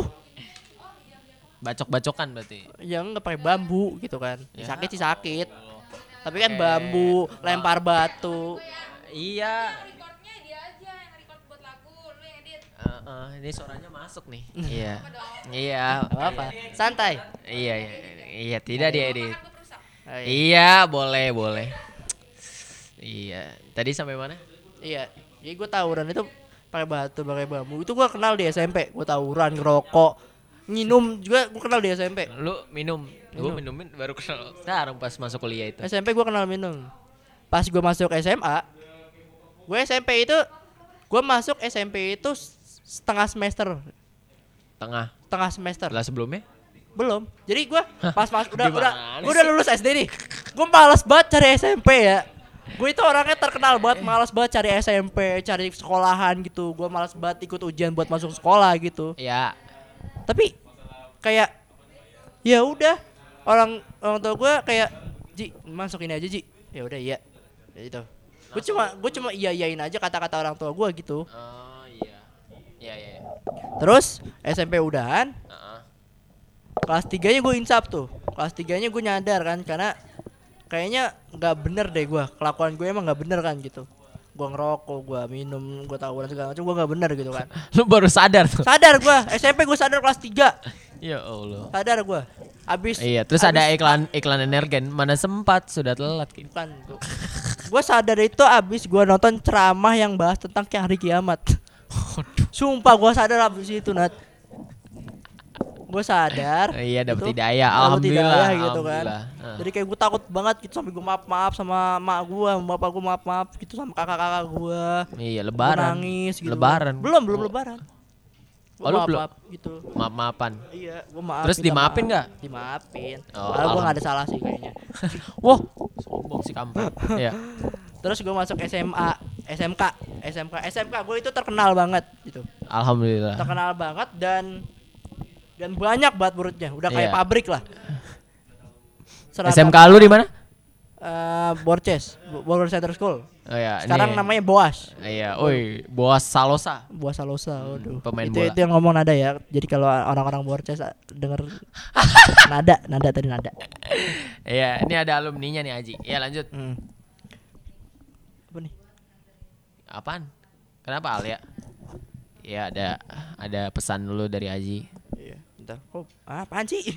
Bacok-bacokan berarti. Yang nggak pakai bambu gitu kan. Ya. Sakit sih sakit. Tapi kan Oke. bambu, lempar batu. Iya. Recordnya dia aja yang record buat lagu, lu yang edit. Heeh, ini suaranya masuk nih. Iya. Iya. Gak apa-apa. Santai. Iya, iya. Iya, tidak diedit. Kartu rusak. Oh, iya. Iya, boleh, boleh. Iya. Tadi sampai mana? Iya. Jadi gue tawuran itu pakai batu, pakai bambu. Itu gue kenal di S M P. Gue tawuran, ngerokok, minum juga gue kenal di S M P. Lu minum. Gue minumin baru kenal sekarang pas masuk kuliah itu. S M P gue kenal minum. Pas gue masuk S M A, gue S M P itu gue masuk S M P itu setengah semester, Tengah. setengah semester. Setelah sebelumnya? Belum. Jadi gue pas mas udah Gimana udah sih? gue udah lulus S D nih. Gue malas banget cari S M P ya. Gue itu orangnya terkenal banget malas banget cari S M P, cari sekolahan gitu. Gue malas banget ikut ujian buat masuk sekolah gitu. Ya. Tapi kayak ya udah orang orang tua gue kayak Ji masuk ini aja Ji. Ya udah iya. Ya itu. Gue cuma gue cuma iya iyain aja kata-kata orang tua gue gitu. Oh iya. Iya, iya. iya. Terus S M P udahan. Heeh. Kelas tiganya gue insaf tuh. Kelas tiganya gue nyadar kan karena kayaknya nggak bener deh gue. Kelakuan gue emang nggak bener kan gitu. Gue ngerokok, gue minum, gue tawuran segala macam, gue nggak bener gitu kan. Lu baru sadar tuh. Sadar gue, S M P gue sadar kelas tiga. Ya Allah. Sadar gue. Abis. Iya, terus abis- ada iklan iklan energen. Mana sempat sudah telat gitu. Bukan. Gue sadar itu abis gue nonton ceramah yang bahas tentang kayak hari kiamat. Sumpah gue sadar abis itu Nat. Gue sadar. Iya dapat gitu, hidayah, dapet alhamdulillah. hidayah gitu kan. alhamdulillah. Ah. Jadi kayak gue takut banget gitu sampai gue maaf maaf sama mak gue, sama bapak gue maaf maaf gitu sama kakak kakak gue. Iya Gua lebaran. nangis gitu. Lebaran. Belum belum lebaran. Gua Oh, lu maaf, belum? maaf gitu. Maaf-maafan. Iya, gue maaf. Terus minta dimaafin maaf. nggak? Dimaafin. Oh, Padahal gue gak ada salah sih kayaknya. Wah, sombong si kampret. Iya. Terus gue masuk S M A, S M K, S M K, S M K gue itu terkenal banget gitu. Alhamdulillah. Terkenal banget dan dan banyak banget muridnya. Udah kayak Iya. pabrik lah. S M K lu di mana? Eh, Borces, Bogor Center School. Oh ya, Sekarang nih. namanya Boas. Iya, oi, Boas Salosa. Boas Salosa, waduh. Pemain itu bola. itu yang ngomong nada ya. Jadi kalau orang-orang Borces denger nada, nada tadi nada. Iya, ini ada alumninya nih Aji. Iya, lanjut. Hmm. Apa nih? Apaan? Kenapa Alia? Iya, ada ada pesan dulu dari Aji. Iya, bentar. Oh, ah, apaan sih?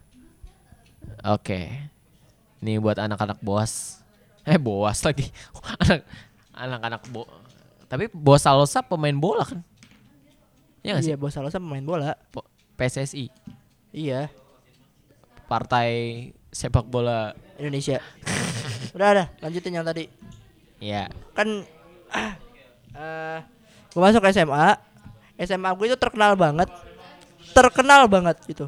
Oke. Nih buat anak-anak Boas. Eh, Boas lagi. Anak anak-anak bo. Tapi Boas Salosa pemain bola kan? Iya gak sih? Iya, Boas Salosa pemain bola. Po- P S S I. Iya, Partai sepak bola. Indonesia. udah, udah, lanjutin yang tadi. Iya. Kan eh gue masuk S M A. S M A gue itu terkenal banget. Terkenal banget gitu.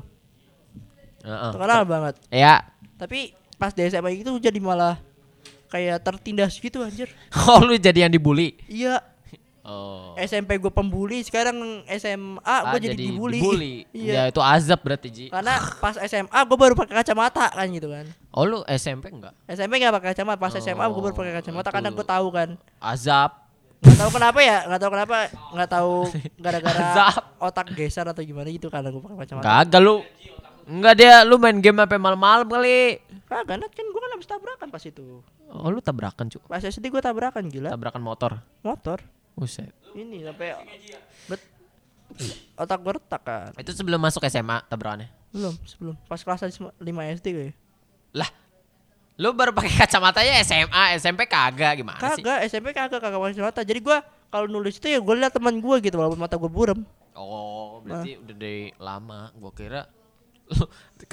Heeh. Terkenal banget. Ya. Tapi pas di S M A itu jadi malah kayak tertindas gitu anjir. Oh, lu jadi yang dibully. Iya, Oh. S M P gue pembuli, sekarang S M A gue Ah, jadi, dibully. dibully. Ya Iya. itu azab berarti Ji. Karena pas S M A gue baru pakai kacamata kan gitu kan. Oh lu S M P enggak? S M P nggak pakai kacamata, pas S M A gue baru pakai Oh, kacamata itu. karena gue tahu kan. Azab. Nggak tahu kenapa ya, nggak tahu kenapa, nggak tahu gara-gara Azab. otak geser atau gimana gitu karena gue pakai kacamata. Kagak lu. Enggak dia lu main game sampai malam-malam kali. Kagak, Nat, kan gue kan habis tabrakan pas itu. Oh lu tabrakan cu. Pas S D gue tabrakan gila. Tabrakan motor. Motor. Buset. Ini sampai bet otak gue retak kan. Itu sebelum masuk S M A tabrakannya. Belum, sebelum pas kelas lima S D gue. Lah. Lu baru pakai kacamatanya S M A, S M P kagak gimana sih? Kagak, S M P kagak kagak pakai kacamata. Jadi gue kalau nulis itu ya gue liat teman gue gitu walaupun mata gue buram. Oh, berarti udah dari lama. Gua kira lu,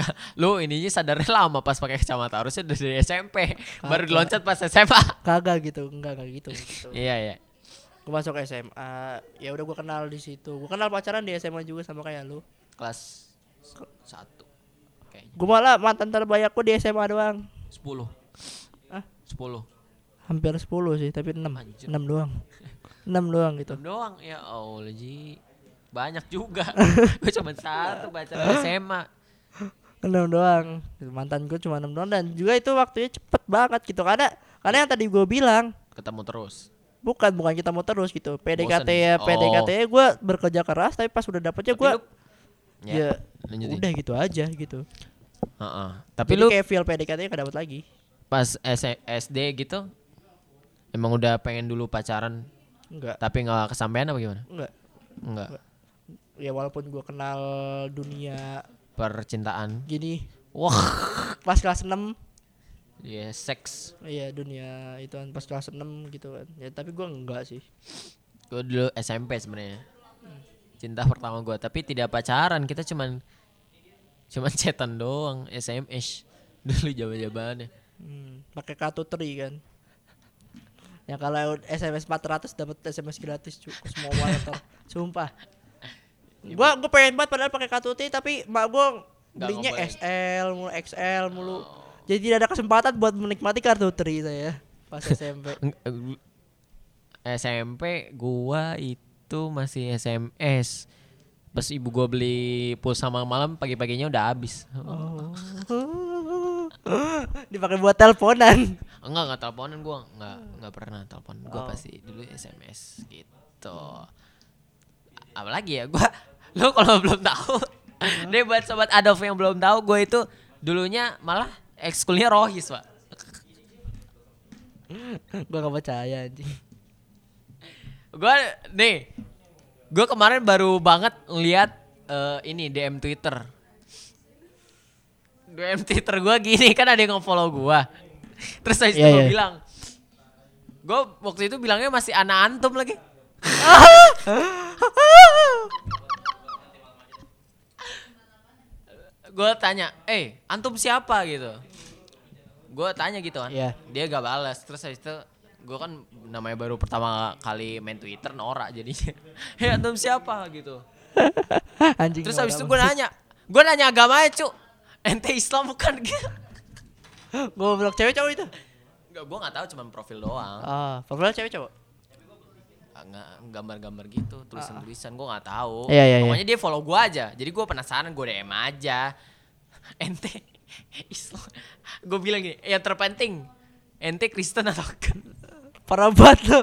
lu ininya sadarnya lama pas pakai kacamata. Harusnya udah dari S M P. Baru Kagak. diloncat pas S M A. Kagak gitu, enggak enggak gitu. gitu. Iya, iya. Gue masuk S M A, ya udah gue kenal di situ. Gue kenal pacaran di S M A juga sama kayak lu. Kelas satu kayaknya. Gue malah mantan terbayakku di S M A doang. sepuluh. Hah? sepuluh. Hampir sepuluh sih, tapi enam. Anjir. enam doang. enam doang gitu. Doang ya Allah Ji. Banyak juga. Gue cuma satu pacaran S M A. enam doang. Mantan gue cuma enam doang dan juga itu waktunya cepet banget gitu. Karena karena yang tadi gue bilang Ketemu terus. bukan bukan kita mau terus gitu. P D K T Bosen. ya, Oh. P D K T ya gue bekerja keras tapi pas udah dapetnya Tapi gue lu- ya, lanjutin. udah gitu aja gitu. Heeh. Tapi Jadi lu kayak feel P D K T-nya gak dapet lagi. pas S- SD gitu emang udah pengen dulu pacaran Enggak, tapi nggak kesampaian apa gimana? enggak. Enggak. Ya walaupun gue kenal dunia Percintaan. gini Wah, pas kelas enam, ya seks. iya dunia itu kan pas kelas enam gitu kan. Ya tapi gue enggak sih. Gue dulu S M P sebenarnya. Cinta pertama gue, tapi tidak pacaran. Kita cuman cuman chatan doang, S M S. Dulu jaman-jamannya. Hmm, pakai kartu tri kan. Ya kalau S M S empat ratus dapat S M S gratis cu, ke semua motor. Sumpah. Gua gua pengen banget padahal pakai kartu tri tapi mak gua belinya ngebolehin. S L mulu X L mulu. Jadi tidak ada kesempatan buat menikmati kartu tri saya pas S M P. S M P gua itu masih S M S. Pas ibu gua beli pulsa malam-malam, pagi-paginya udah habis. Oh. Dipakai buat teleponan. Enggak, enggak teleponan gua, enggak enggak pernah telepon. Gua Oh. pasti dulu S M S gitu. Apalagi ya gua lo kalau belum tahu. Deh buat sobat Adolf yang belum tahu, gua itu dulunya malah ekskulnya Rohis, Pak. Gua gak percaya anjing. Gua nih gua kemarin baru banget lihat eh, ini D M Twitter. D M Twitter gua gini kan ada yang nge-follow gua. Terus habis itu Iya, gua iya. bilang, gua waktu itu bilangnya masih anak antum lagi. Gue tanya, eh antum siapa gitu. Gue tanya gitu kan. Iya. Dia gak balas. Terus habis itu gue kan namanya baru pertama kali main Twitter norak jadinya. Eh antum siapa gitu. Anjing. Terus habis itu gue nanya. Gue nanya agamanya cu. Ente Islam bukan gitu. Goblok, cewek cowok itu. Enggak, gue gak tahu cuman profil doang. Ah, profil cewek cowok. Nggak gambar-gambar gitu, tulisan-tulisan gue nggak tahu. Iya, iya, Pokoknya dia follow gue aja. Jadi gue penasaran, gue D M aja. Ente Islam. Gue bilang gini, yang terpenting ente Kristen atau kan? Parah banget lo.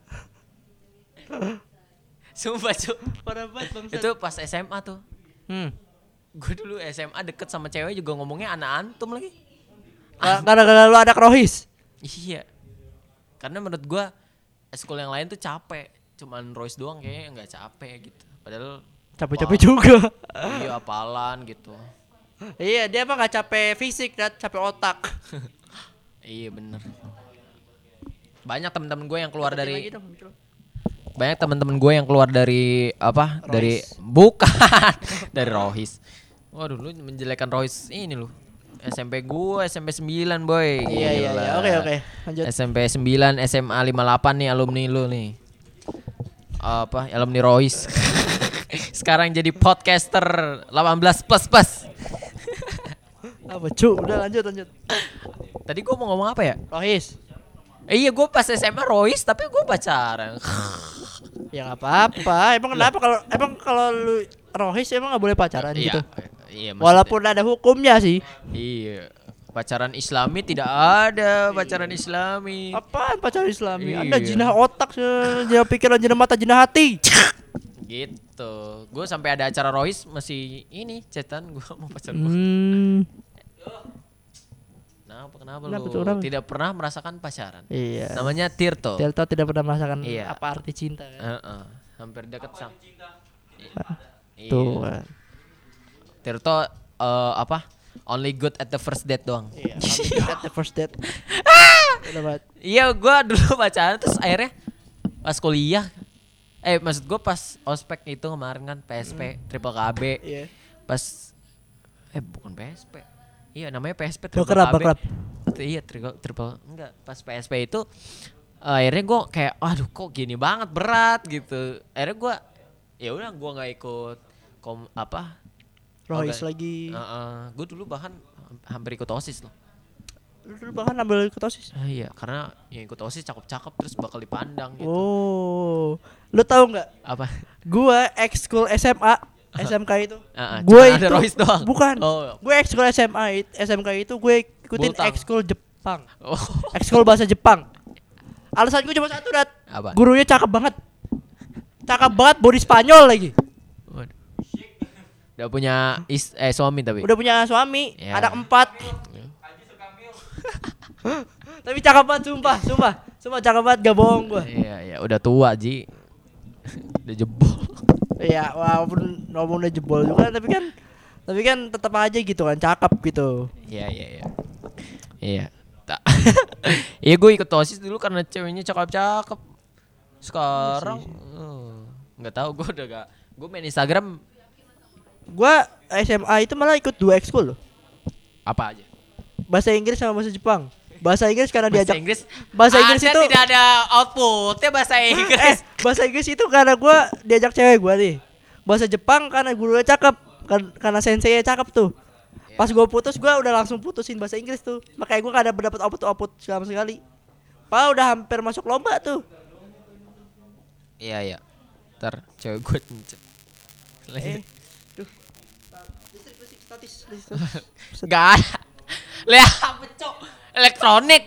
Sumpah cu. Parah banget bangsa. Itu pas S M A tuh. Hmm. Gue dulu S M A deket sama cewek juga ngomongnya anak antum lagi. Gara-gara lu ada krohis. Iya. Karena menurut gue school yang lain tuh capek. Cuman Royce doang kayaknya nggak capek gitu. Padahal Capek-capek juga. iya apalan gitu. Iya, dia mah gak capek fisik, Rat, capek otak. Iya bener. Banyak temen-temen gue yang keluar Lagi dari dong, mikro. banyak temen-temen gue yang keluar dari apa? Royce. Dari bukan dari Rohis. Waduh lu menjelekan Royce ini lu. S M P gue S M P sembilan boy. Iya, iya, iya. Oke, oke. Lanjut. S M P sembilan S M A lima puluh delapan nih alumni lu nih. Apa? Alumni Royce. Sekarang jadi podcaster delapan belas plus plus. Apa, cu? Udah lanjut, lanjut. Tadi gue mau ngomong apa ya? Rohis. Eh, iya gue pas S M A Royce tapi gue pacaran. Ya enggak apa-apa. Emang kenapa kalau emang kalau lu Rohis emang enggak boleh pacaran gitu? Iya, maksudnya- Walaupun ada hukumnya sih. Iya. Pacaran Islami tidak ada pacaran Islami. Apaan pacaran Islami? Iya. Anda jinah otak, jinah pikiran, jinah mata, jinah hati. Gitu. Gue sampai ada acara Rohis masih ini cetan gue mau pacar gue. Hmm. Kenapa kenapa, Kenapa lu tuh, kenapa? tidak pernah merasakan pacaran? Iya. Namanya Tirto. Delta tidak pernah merasakan Iya. apa arti cinta kan? Heeh. Hampir deket sama. Iya. Tuh kan. Tirto eh, apa? Only good at the first date doang. Iya. Only at the first date. Udah banget. Iya, gue dulu pacaran terus akhirnya pas kuliah, eh maksud gue pas ospek itu kemarin kan P S P triple K B. Iya. Pas eh bukan P S P. Iya namanya P S P Lo triple kerap, K B. kerap. Iya triple, triple enggak pas P S P itu eh, akhirnya gue kayak aduh kok gini banget berat gitu. Akhirnya gue ya udah gue nggak ikut kom apa Rohis Organ- lagi. Uh, gue dulu bahkan hampir ikut OSIS loh. Lu dulu bahkan ambil ikut OSIS. Ah, iya, karena yang ikut OSIS cakep-cakep terus bakal dipandang gitu. Oh. Lu tahu enggak? Apa? Gua ekskul S M A, S M K itu. Ah, ah, Gue cuma ada itu Royce doang. bukan. Oh. Gue ekskul S M A, it- S M K itu gue ikutin Bultang. ekskul Jepang. Oh. Ekskul bahasa Jepang. Alasan gue cuma satu, Dat. Apa? Gurunya cakep banget. Cakep banget, body Spanyol lagi. Waduh. Udah punya is eh suami tapi. Udah punya suami, Ya. anak empat. Tapi cakep banget, sumpah, sumpah. Sumpah cakep banget, gak bohong gue. Iya, iya, udah tua, Ji. Udah jebol. Iya, walaupun walaupun udah jebol juga, tapi kan tapi kan tetap aja gitu kan, cakep gitu. Iya, iya, iya. Iya. Tak. Iya, gue ikut OSIS dulu karena ceweknya cakep-cakep. Sekarang eh, nggak tahu gue udah gak. Gue main Instagram Gua S M A itu malah ikut dua ekskul loh. apa aja. Bahasa Inggris sama bahasa Jepang. Bahasa Inggris karena Bahasa diajak Inggris. bahasa Inggris Anda itu tidak ada outputnya bahasa eh, Inggris. bahasa Inggris itu karena gua diajak cewek gua nih. Bahasa Jepang karena gurunya cakep, kan- karena sensei cakep tuh. Pas gua putus gua udah langsung putusin bahasa Inggris tuh. Makanya gua gak ada dapat output-output sama sekali. Padahal udah hampir masuk lomba tuh. Iya, iya. Ntar cewek gue mencet. Eh, duh. Listrik, listrik, statis, listrik. Gak ada. Lihat apa cok? Elektronik.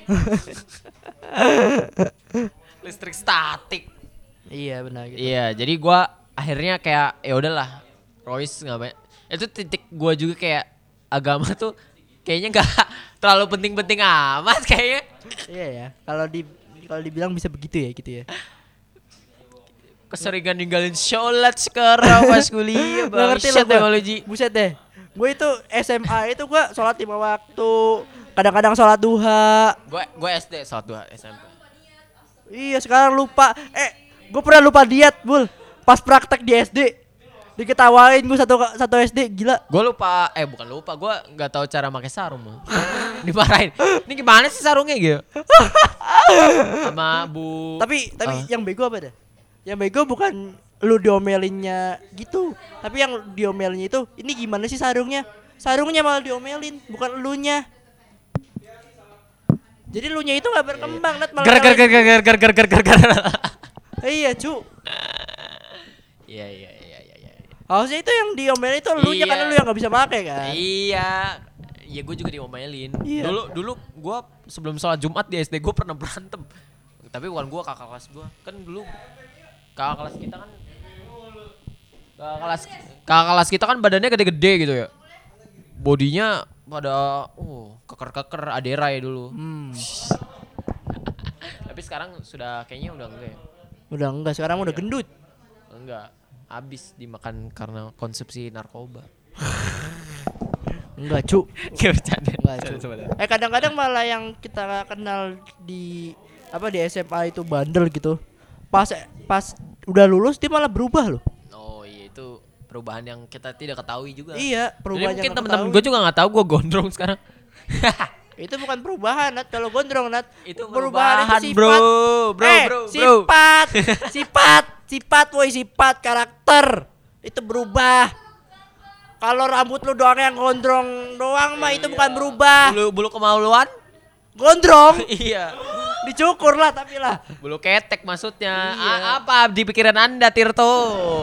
Listrik statik. Iya benar gitu. Iya, jadi gua akhirnya kayak ya udahlah. Royce ngapain? Itu titik gua juga kayak agama tuh kayaknya nggak terlalu penting-penting amat kayaknya. Iya ya. Kalau di kalau dibilang bisa begitu ya gitu ya. Keseringan ninggalin sholat sekarang pas kuliah. Gak ngerti Bangsat lah gua. teknologi. Buset deh. Gue itu S M A itu gue sholat lima waktu. Kadang-kadang sholat duha. Gue gue S D sholat dua S M P. Iya sekarang lupa. Eh Gue pernah lupa diet, Bul. Pas praktek di S D. Diketawain gue satu satu S D, gila. Gue lupa, eh bukan lupa, gue nggak tahu cara pakai sarung. Dimarahin. Ini gimana sih sarungnya gitu? Sama Bu. Tapi tapi Ah. yang bego apa dah? Yang bego bukan lu diomelinnya gitu, tapi yang diomelinnya itu ini gimana sih sarungnya? Sarungnya malah diomelin, bukan elunya. Jadi elunya itu nggak berkembang, Nat malah. Ger ger ger ger ger ger ger ger ger. Iya, cu. Iya iya iya iya iya. Harusnya itu yang diomelin itu elunya Iya. karena lu yang nggak bisa pakai kan. Iya. Iya gue juga diomelin. Iya. Dulu dulu gue sebelum sholat Jumat di S D gue pernah berantem. Tapi bukan gue, kakak kelas gue. Kan dulu kakak kelas kita kan kakak kelas kakak kelas kita kan badannya gede-gede gitu ya. Bodinya pada oh keker-keker aderai dulu. Hmm. Tapi sekarang sudah kayaknya udah enggak ya. Udah enggak, sekarang udah gendut. Enggak. Habis dimakan karena konsumsi narkoba. Enggak, cu. Kayak bercanda. Enggak, cu. Eh kadang-kadang malah yang kita kenal di apa di S M A itu bandel gitu. Pas pas udah lulus dia malah berubah loh. Oh iya itu perubahan yang kita tidak ketahui juga. Iya, perubahan Jadi mungkin yang teman-teman ketahui. gue juga nggak tahu gue gondrong sekarang. Itu bukan perubahan, Nat. Kalau gondrong, Nat. Itu perubahan perubahan, itu sifat. bro, bro, eh, bro, bro. sifat, sifat, sifat, woi sifat, karakter. Itu berubah. Kalau rambut lu doang yang gondrong doang mah itu bukan berubah. Bulu bulu kemaluan? Gondrong, Iya. dicukur lah tapi lah. Bulu ketek maksudnya. Iya. A- apa di pikiran Anda Tirto?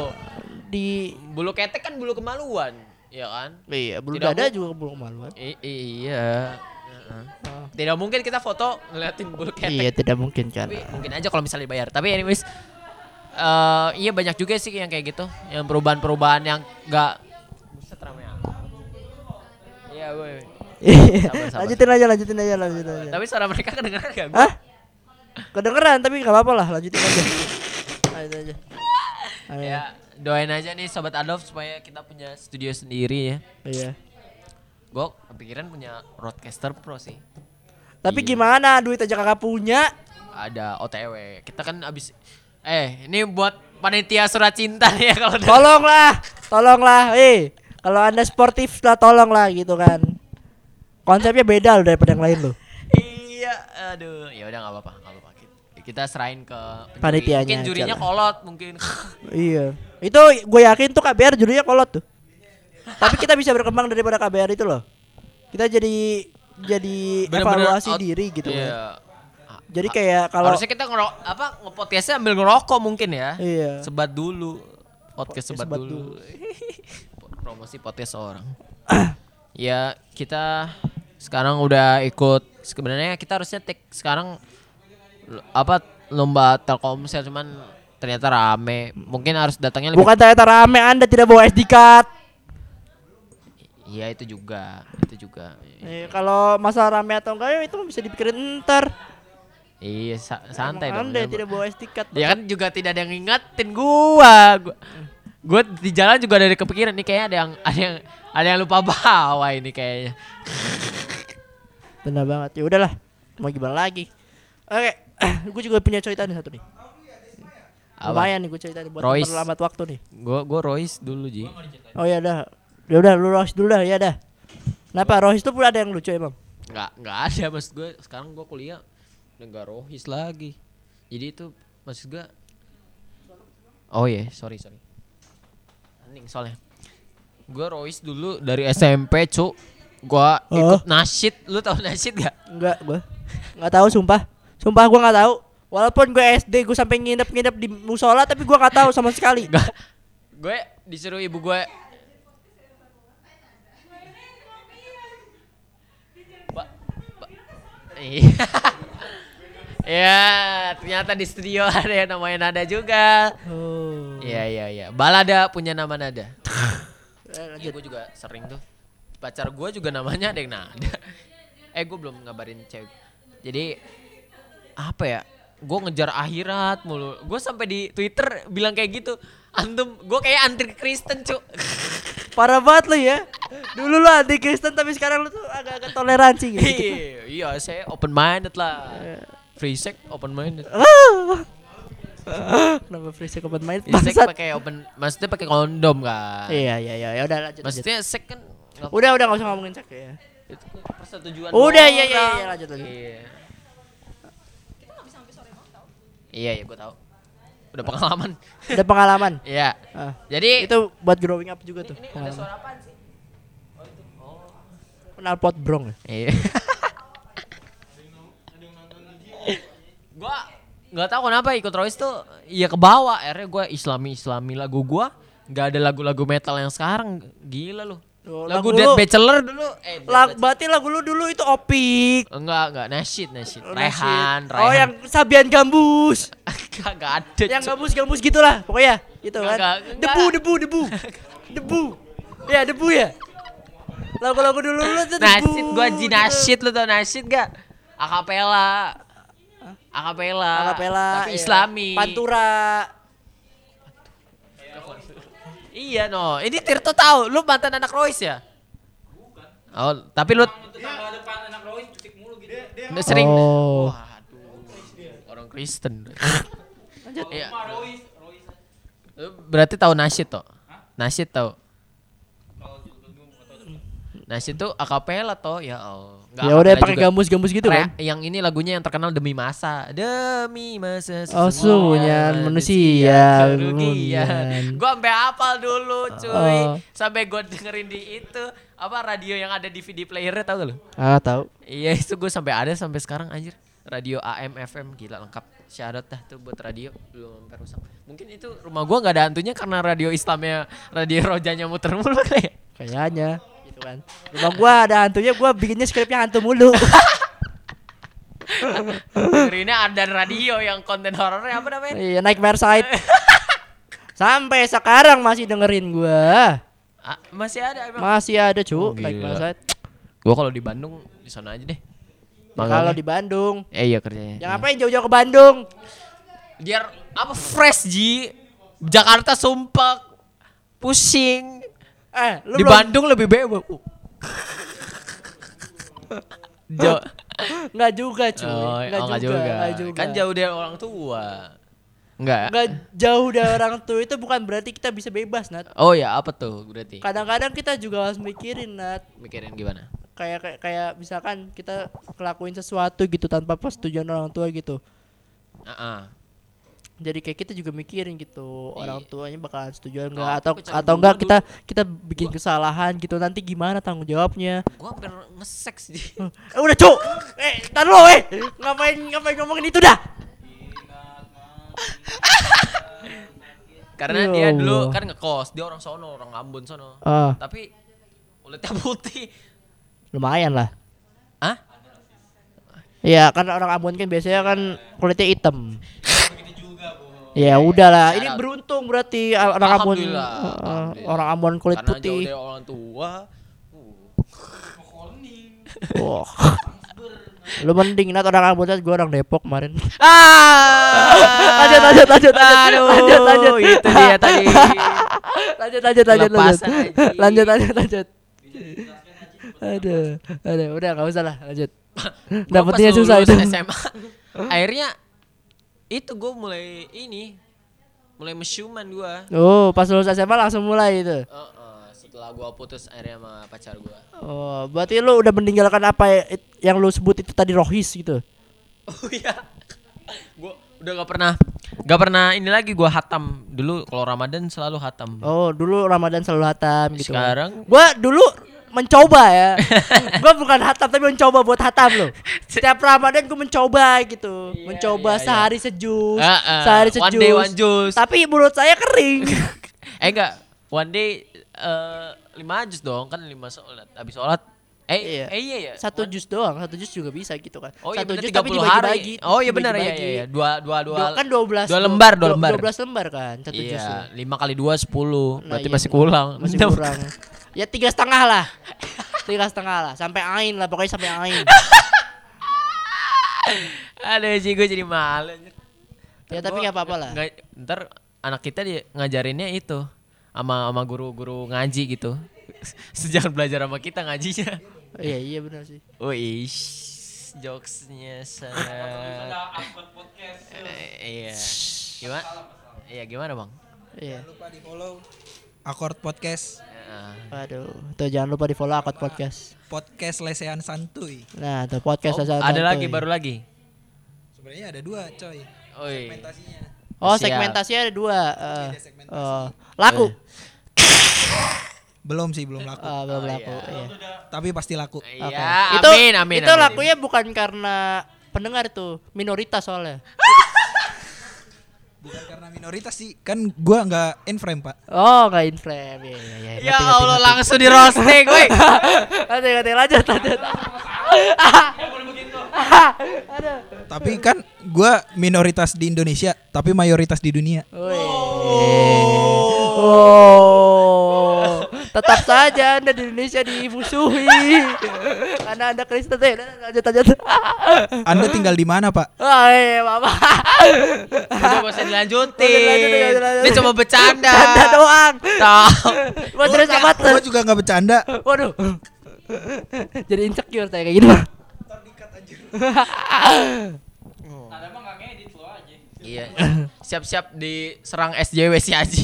Di Bulu ketek kan bulu kemaluan, ya kan? iya, bulu Tidak dada mu- juga bulu kemaluan. I- iya. Heeh. Tidak mungkin kita foto ngeliatin bulu ketek. Iya, tidak mungkin kan. Tapi mungkin aja kalau misalnya dibayar. Tapi anyways, eh iya banyak juga sih yang kayak gitu, yang perubahan-perubahan yang enggak buset rame amat. Iya, gue. Sabar, sabar. lanjutin aja, lanjutin aja, lanjutin aja. Tapi suara mereka kedengeran enggak? Hah? Kedengeran tapi nggak apa-apa lah, lanjutin aja. Lanjutin aja. Ayo. Ya, doain aja nih sobat Adolf supaya kita punya studio sendiri ya. Iya. Gue kepikiran punya broadcaster pro sih. Tapi Iya. gimana duit aja kakak punya? Ada O T W. Kita kan abis eh ini buat panitia surat cinta nih ya kalau udah- Tolonglah, tolonglah. Eh, kalau Anda sportif lah tolonglah gitu kan. Konsepnya beda loh daripada yang lain loh. Iya, aduh. Ya udah enggak apa-apa, enggak apa-apa. Kita serahin ke penjuri. Panitianya Mungkin aja jurinya lah. kolot mungkin. Iya. Itu gue yakin tuh K B R judulnya kolot tuh. Tapi kita bisa berkembang daripada K B R itu loh. Kita jadi jadi Bener-bener evaluasi out- diri gitu kan. Iya. Jadi kayak kalau Harusnya kita ngerok apa nge-podcastnya sambil ngerokok mungkin ya. iya. Sebat dulu. Podcast sebat, sebat dulu. Promosi podcast orang. Ya, kita sekarang udah ikut sebenarnya kita harusnya take sekarang l- apa lomba Telkomsel cuman ternyata rame. Mungkin harus datangnya lebih. Bukan ternyata rame, Anda tidak bawa S D card. Iya, itu juga. Itu juga. Eh, kalau masalah rame atau enggak ya itu bisa dipikirin ntar. Iya, sa- santai dong. Anda yang tidak bawa S D card. Ya kan juga tidak ada yang ngingetin gua. Gua, gua di jalan juga ada kepikiran nih kayaknya ada yang ada yang ada yang lupa bawa ini kayaknya. Benar banget. Ya udahlah. Mau gimana lagi? Oke, gue juga punya cerita nih satu nih. Apa? Lumayan nih gue cerita nih buat Royce. memperlambat waktu nih. Gua gua Royce dulu, Ji. Oh ya dah. Ya udah lu Royce dulu dah, ya dah. Kenapa Royce tuh pun ada yang lucu emang? Enggak enggak ada maksud gue sekarang gua kuliah udah enggak Rohis lagi. Jadi itu maksud gua Oh iya, sorry sorry. Hening soalnya. Gua Royce dulu dari S M P, Cuk. Gua ikut nasyid. Lu tahu nasyid gak? Enggak, gue nggak tahu sumpah. Sumpah gue nggak tahu. Walaupun gue S D gue sampai nginep-nginep di musola tapi gue nggak tahu sama sekali. Enggak. Gue disuruh ibu gue Ba, ba, iya. Ya, ternyata di studio ada yang namanya Nada juga. Oh. Iya, iya, iya. Balada punya nama Nada. Eh, Iya, lanjut. gue juga sering tuh. Pacar gue juga namanya ada yang Nada. Eh, gue belum ngabarin cewek. Jadi apa ya? Gue ngejar akhirat mulu. Gue sampai di Twitter bilang kayak gitu. Antum, gue kayak anti Kristen, Cuk. Parah banget lu ya. Dulu lu anti Kristen tapi sekarang lu tuh agak-agak toleransi gitu. Iya, iya, saya open minded lah. Free sex, open minded. Ah. Kenapa free sex open mind? Ya, seks Bangsat. pakai open, maksudnya pakai kondom kan. Iya iya iya ya udah lanjut. lanjut. Maksudnya seks kan nggak- Udah udah enggak usah ngomongin seks ya. itu kan persetujuan. Udah iya iya orang. iya lanjut lanjut. Iya. Iya iya gue tahu. Udah pengalaman. Ada pengalaman. Iya. Ah. Jadi Itu buat growing up juga tuh. ini ada pengalaman. suara apaan sih? Kenal pot brong. Iya. Gua nggak tahu kenapa ikut Royce tuh ya ke bawah. Akhirnya gue islami islami lagu gua nggak ada lagu-lagu metal yang sekarang. Gila lu. Oh, Lagu, lagu Dead lu- Bachelor dulu. Eh, Dead Lag, Bachelor. berarti lagu lu dulu itu Opik. Enggak, enggak. Nasyid, nasyid. Oh, Rehan, nasyid. Rehan. Oh yang Sabian Gambus. Enggak ada. Yang Cuk. gambus-gambus gitulah pokoknya. Gitu kan. Enggak, enggak. Debu debu debu. Debu. Ya debu ya. Lagu-lagu dulu lu tuh debu. Nasyid gua ji gitu. nasyid lu tau nasyid gak? Akapela. Akapela. Akapela. Tapi iya. islami. Pantura. Iya no. Ini Tirto tahu. Lu mantan anak Royce ya? Oh, tapi lu Nggak sering. Oh. Waduh. Orang Kristen. Iya. Lu berarti tahu nasyid toh? Nasyid tahu. Nasyid tuh akapela toh. Ya Allah. Nggak Ya udah akapela pakai juga. gambus-gambus gitu Re- kan. Yang ini lagunya yang terkenal Demi Masa. Demi masa Oh, sesungguhnya manusia, kemudian. Gua sampai hafal dulu cuy. Oh. Sampai gua dengerin di itu apa radio yang ada D V D playernya tau gak lu? Ah tahu. Iya itu gue sampai ada sampai sekarang anjir. Radio A M F M gila lengkap. Syarat dah tuh buat radio belum sampai rusak. Mungkin itu rumah gua nggak ada hantunya karena radio Islamnya radio Rojanya muter mulu kali ya. Kayaknya gitu kan. Rumah gua ada hantunya, gua bikinnya skripnya hantu mulu. Dengerinnya ada radio yang konten horornya apa namanya? Iya, Nightmare Side. Sampai sekarang masih dengerin gua. Ah, masih ada emang. Masih ada, cu, Oh, Nightmare gila. Side. Gua kalau di Bandung di sana aja deh. Ya, kalau di Bandung. Eh iya kerjanya. Ya ngapain jauh-jauh ke Bandung? Biar apa fresh Ji. Jakarta sumpah pusing. Eh, lu Di belum Bandung lebih bebas. Uh. Jo. Enggak juga, cuy. Oh, Enggak oh, nggak juga, juga. nggak juga. Kan jauh dari orang tua. Enggak. Enggak jauh dari orang tua itu bukan berarti kita bisa bebas, Nat. Oh ya, apa tuh berarti? Kadang-kadang kita juga harus mikirin, Nat. Mikirin gimana? Kayak kayak, kayak misalkan kita ngelakuin sesuatu gitu tanpa persetujuan orang tua gitu. Heeh. Jadi kayak kita juga mikirin gitu, orang Iya. tuanya bakalan setuju Oh, enggak atau aku cari atau dulu enggak dulu. kita kita bikin kesalahan gitu, nanti gimana tanggung jawabnya. Gua hampir nge-sex di. Eh udah, Cuk. Eh, tar lo eh. Ngapain ngapain ngomongin itu dah? Karena Ya dia dulu Allah. kan ngekos, dia orang sono, orang Ambon sono. Ah, Tapi kulitnya putih. lumayan lah. Hah? Iya, kan orang Ambon kan biasanya kan kulitnya hitam. Ya udahlah, ini Shout out. beruntung berarti a- orang Ambon Alhamdulillah, uh, alhamdulillah. orang Ambon kulit Karena jauh putih. dari orang tua. Wah. Lu mending Nat orang Ambon, gue orang Depok kemarin. Ah! Lanjut lanjut lanjut lanjut. Aduh, lanjut lanjut. itu dia tadi. lanjut lanjut lanjut lanjut. Lepasan, Haji. Lanjut lanjut lanjut. Aduh, aduh, udah nggak usah lah, lanjut. Gua Dapetinnya pas susah lulus itu. S M A. Akhirnya itu gue mulai ini mulai mesyuman gue. Oh, pas lulus S M A langsung mulai itu. Setelah gue putus akhirnya sama pacar gue. Oh, berarti lu udah meninggalkan apa ya- it- yang lu sebut itu tadi rohis gitu. Oh iya. Gue udah gak pernah gak pernah ini lagi gue hatam dulu kalau Ramadan selalu hatam. Oh, dulu Ramadan selalu hatam gitu. Sekarang Gua dulu mencoba ya. Gua bukan hatam tapi mencoba buat hatam loh. Setiap Ramadan gua mencoba gitu. Iya, mencoba iya, iya. sehari sejus, Ah, ah. sehari One sejus. day, one juice. Tapi mulut saya kering. eh enggak one day eh, lima jus dong kan lima sholat habis sholat eh Iya. eh iya ya Satu jus doang, satu jus juga bisa gitu kan. oh iya Satu bener jus tiga tapi puluh dibagi-bagi. hari oh iya benar ya dibagi-bagi. iya iya dua dua dua Dua- kan dua belas dua lembar dua lembar dua belas lembar kan satu jus. iya tuh. lima kali dua sepuluh Nah, berarti iya, masih kurang Masih Enam. kurang. Ya tiga setengah lah. Tiga setengah lah sampai ain lah, pokoknya sampai ain. Aduh sih gue jadi malu anjir. Ya tapi nggak apa-apa lah. Nggak- ntar anak kita dia ngajarinnya itu sama sama guru-guru ngaji gitu. Sejak belajar sama kita ngajinya. Iya iya benar sih. Oh ish, jokesnya sana. Eh, iya. Gimana? Iya gimana bang? Iya. Jangan lupa di follow Akord Podcast. Ya. Aduh, tuh jangan lupa di follow akun podcast. Podcast Lesehan Santuy. Nah, tuh podcast Oh, asal ada santuy. lagi baru lagi. Sebenarnya ada dua coy. Oi. Segmentasinya. Oh, Siap. segmentasinya ada dua. eh, Beda segmentasi. oh, laku. Belum sih, belum laku. Oh, belum Oh, laku. iya. Iya. Tapi pasti laku. Oke. Iya, Itu amin, amin. itu amin. lakunya bukan karena pendengar tuh, minoritas soalnya. Bukan karena minoritas sih, kan gua nggak in frame pak. Oh, enggak in frame. Iya, iya, iya. Ya Ngerti, ngerti, Allah ngerti. langsung di roasting, woi. Nanti nanti lanjut lanjut. Aduh. Tapi kan gua minoritas di Indonesia, tapi mayoritas di dunia. Woi. Oh. Tetap saja Anda di Indonesia dimusuhi. Karena Anda Kristen. Eh, lanjut lanjut. Anda tinggal di mana pak? Oh, iya, Bapak. Udah gak usah dilanjutin. Gak usah dilanjutin, gak usah dilanjutin. Dia cuma bercanda. Canda doang. Tahu. Gua serius amat. Gua juga nggak bercanda. Waduh. Jadi insecure saya kayak gini, Pak. Iya. Siap-siap diserang S J W si Aji.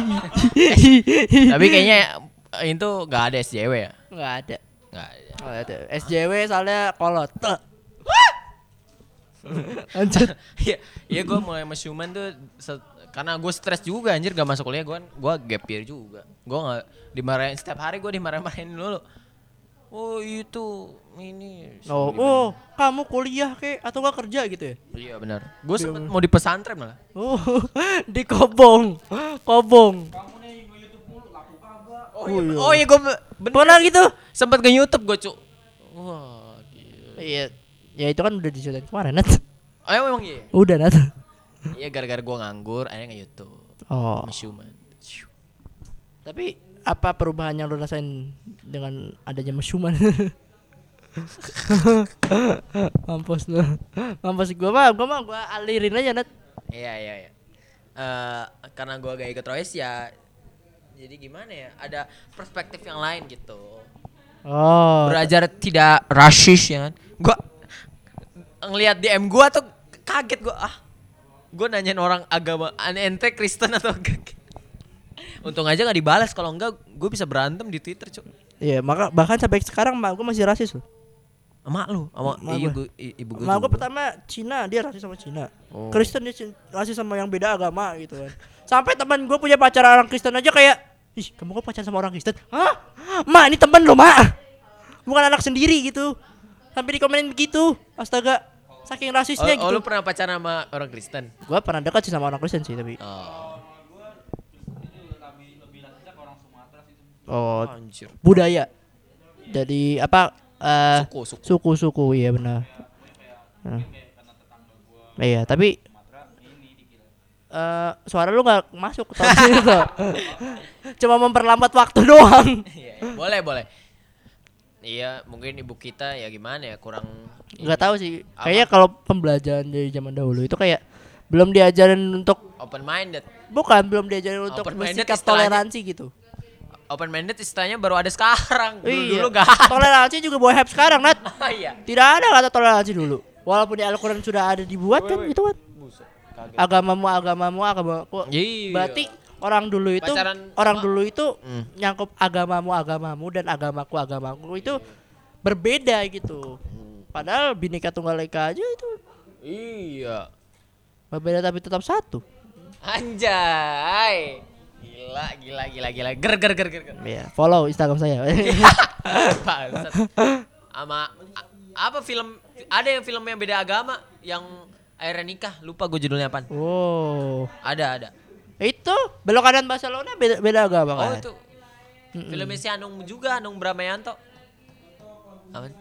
Tapi kayaknya itu gak ada S J W ya? Enggak ada. Gak ada. Enggak ada. S J W soalnya kolot. Lanjut. Iya, iya gue mulai mesyuman tuh se- karena gue stres juga anjir gak masuk kuliah, gue gue gap year juga. Gue nggak dimarahin setiap hari, gue dimarahin dulu. Oh itu ini. Oh, oh, kamu kuliah kek atau enggak kerja gitu ya? Iya benar. Gue sempet mau di pesantren malah. Oh, di Kobong. Kobong. Oh iya, oh, iya gue bener. Pernah gitu? Sempet ke YouTube gue cuk. Wah gila. Iya. Ya itu kan udah diceritain kemarin, Nat. Oh ya memang iya. Udah, Nat. Iya gara-gara gue nganggur, akhirnya nge YouTube. Oh. Mesyuman. Tapi apa perubahan yang lo rasain dengan adanya mesyuman? Mampus lu. Mampus gua mah, gua mah gua alirin aja, Nat. Iya iya iya. Eh, karena gue gak ikut Royce ya. Jadi gimana ya? Ada perspektif yang lain gitu. Oh. Belajar tidak rasis ya kan. Gue ngelihat D M gue tuh kaget gue ah. Gue nanyain orang agama ente Kristen atau enggak. Untung aja gak dibalas, kalau enggak gue bisa berantem di Twitter cuk. Iya, maka bahkan sampai sekarang mak gua masih rasis loh. Emak lu, sama Emak ibu, gua. i- ibu gue. Mak gua pertama Cina, dia rasis sama Cina. Oh. Kristen dia cin- rasis sama yang beda agama gitu kan. Sampai teman gua punya pacar orang Kristen aja kayak, "Ih, kamu kok pacaran sama orang Kristen?" "Hah? Mak, ini temen lo, Mak. Bukan anak sendiri gitu." Sampai dikomenin begitu. Astaga, saking Oh, rasisnya oh, lu gitu. pernah pacaran sama orang Kristen? Gua pernah dekat sih sama orang Kristen sih tapi. Oh, Oh, anjir. budaya. Jadi apa eh Suku, suku. suku-suku iya benar. Nah. Iya, tapi eh suara lu nggak masuk ke tahun itu. Cuma memperlambat waktu doang. Iya, iya. Boleh, boleh. Iya, mungkin ibu kita ya gimana ya, kurang Nggak tahu sih. Apa? Kayaknya kalau pembelajaran dari zaman dahulu itu kayak belum diajarin untuk open minded. bukan belum diajarin untuk Open-minded bersikap istilahnya. toleransi gitu. Open minded istilahnya baru ada sekarang. Dulu Iya. dulu gak ada. Toleransi juga boy hype sekarang, Nat. Iya. Tidak ada kata toleransi dulu. Walaupun di Al-Qur'an sudah ada dibuat kan itu kan. Agamamu agamamu agamaku. Iya. Berarti orang dulu itu Pacaran orang sama- dulu itu Hmm. nyangkup agamamu agamamu dan agamaku agamaku itu berbeda gitu. Padahal Bhinneka Tunggal Ika aja itu Iya. berbeda tapi tetap satu. Anjay. Gila, gila, gila, gila. Ger ger ger ger. ger. Iya, follow Instagram saya. Bangsat. Sama a- apa film ada yang film yang beda agama yang akhirnya nikah, lupa gue judulnya apaan. Oh, Ada, ada. itu belok kanan Barcelona beda, beda agama Oh, kan? itu. Filmnya si Anung juga, Anung Bramayanto. Apaan?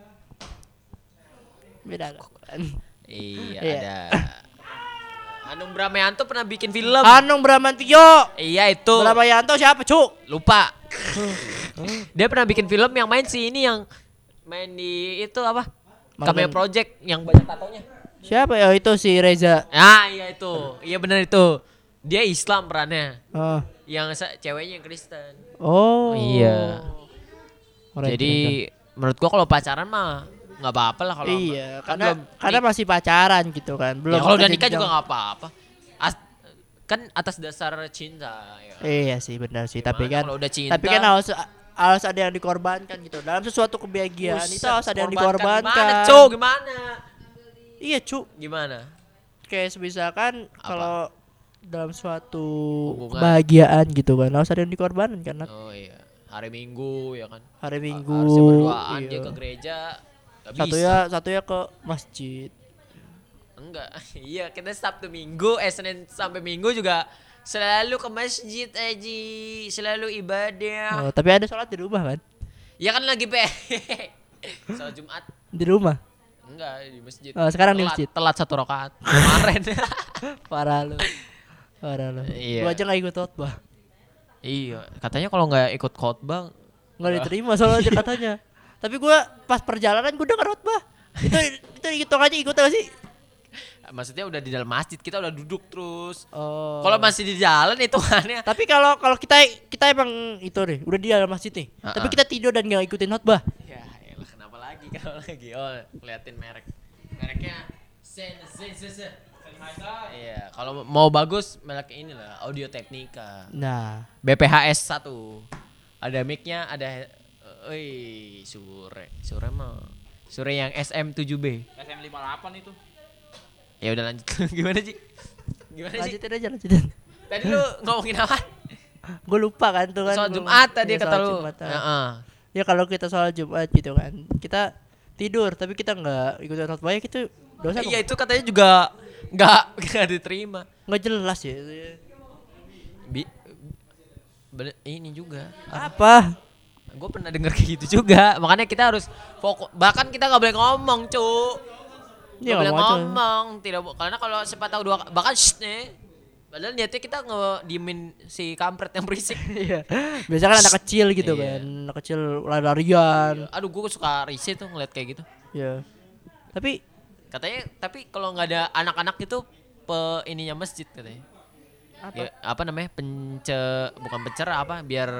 Beda agama. Iya, Iya. ada. Anung Bramayanto pernah bikin film. Anung Bramantio. Iya itu. Bramayanto siapa, Cuk? Lupa. Dia pernah bikin film yang main si ini yang main di itu apa? Cameo Marlon. Project yang banyak tatonya. Siapa ya itu si Reza? Ah iya itu. Iya benar itu. Dia Islam perannya. Oh. Yang se- ceweknya yang Kristen. Oh. Iya. Keren, Jadi keren, menurut gua kalau pacaran mah nggak apa-apa lah kalau. iya, kan karena belum karena nik- masih pacaran gitu kan. Belum ya kalau udah ada nikah juga jenjang. nggak apa-apa. As- kan atas dasar cinta ya. Iya sih benar sih, tapi Gimana kan kalau udah cinta? tapi kan harus harus ada yang dikorbankan gitu. Dalam sesuatu kebahagiaan itu Buset, harus ada yang korbankan dikorbankan. Gimana, Cuk? Gimana? Iya, Cuk. Gimana? Kayak misalkan kalau dalam suatu Hubungan. kebahagiaan gitu kan harus ada yang dikorbankan kan. Nat. Oh iya, hari Minggu ya kan. Hari Minggu. Harusnya berduaan iya. dia ke gereja. Gak Satu bisa. ya satu ya ke masjid. Enggak. Iya, kita Sabtu Minggu, eh Senin sampai Minggu juga selalu ke masjid aja, selalu ibadah. Oh, tapi ada sholat di rumah kan? Ya kan lagi P. Sholat Jumat. Di rumah. Enggak, di masjid. Oh, sekarang di Telat- masjid. Telat satu rakaat kemarin. Parah lu. Parah lu. Iya. Gua aja gak ikut khotbah. Iya, katanya kalau nggak ikut khotbah Nggak diterima soalnya katanya. Tapi gua pas perjalanan gua denger khotbah. Itu itu hitung aja ikut gak sih? maksudnya udah di dalam masjid, kita udah duduk terus. Oh. Kalau masih di jalan itu aneh. Tapi kalau kalau kita kita emang itu nih, udah di dalam masjid nih. Uh-uh. Tapi kita tidur dan nggak ikutin khotbah. Ya, elah, kenapa lagi? Kenapa lagi? Oh, liatin merek. Mereknya Sen Sen Sen. Sen. Iya, kalau mau bagus merek ini lah, Audio Technica. Nah, B P H S satu. Ada mic-nya, ada Oi, Sure. Sure mah. Sure yang S M tujuh B. S M lima delapan itu. Ya udah lanjut. Gimana sih? Gimana sih? lanjutin aja lanjutin. Tadi lu ngomongin apa? Gue lupa kan tuh kan. Soal Gua- Jumat tadi Iya, kata soal lu. Jumat, ah. Heeh. Ya kalau kita soal Jumat gitu kan, kita tidur tapi kita nggak ikutin khotbah ya itu dosa. Iya, itu katanya juga nggak nggak diterima. Nggak jelas ya. Itu ya. Bi- bener, ini juga. Apa? Gue pernah denger kayak gitu juga. Makanya kita harus fokus. Bahkan kita nggak boleh ngomong, cu. Iya, Nggak boleh ngomong aja. ngomong. Tidak bo- karena kalau siapa tahu dua bahkan shh nih. Padahal niatnya kita ngediemin si kampret yang berisik. Iya. Biasanya kan anak kecil gitu Iya. kan, anak kecil lari-larian. Aduh, gue suka risih tuh ngeliat kayak gitu. Iya. Tapi Katanya, tapi kalau nggak ada anak-anak itu pe ininya masjid katanya. apa? Ya, apa namanya? Pence bukan pencerah apa? Biar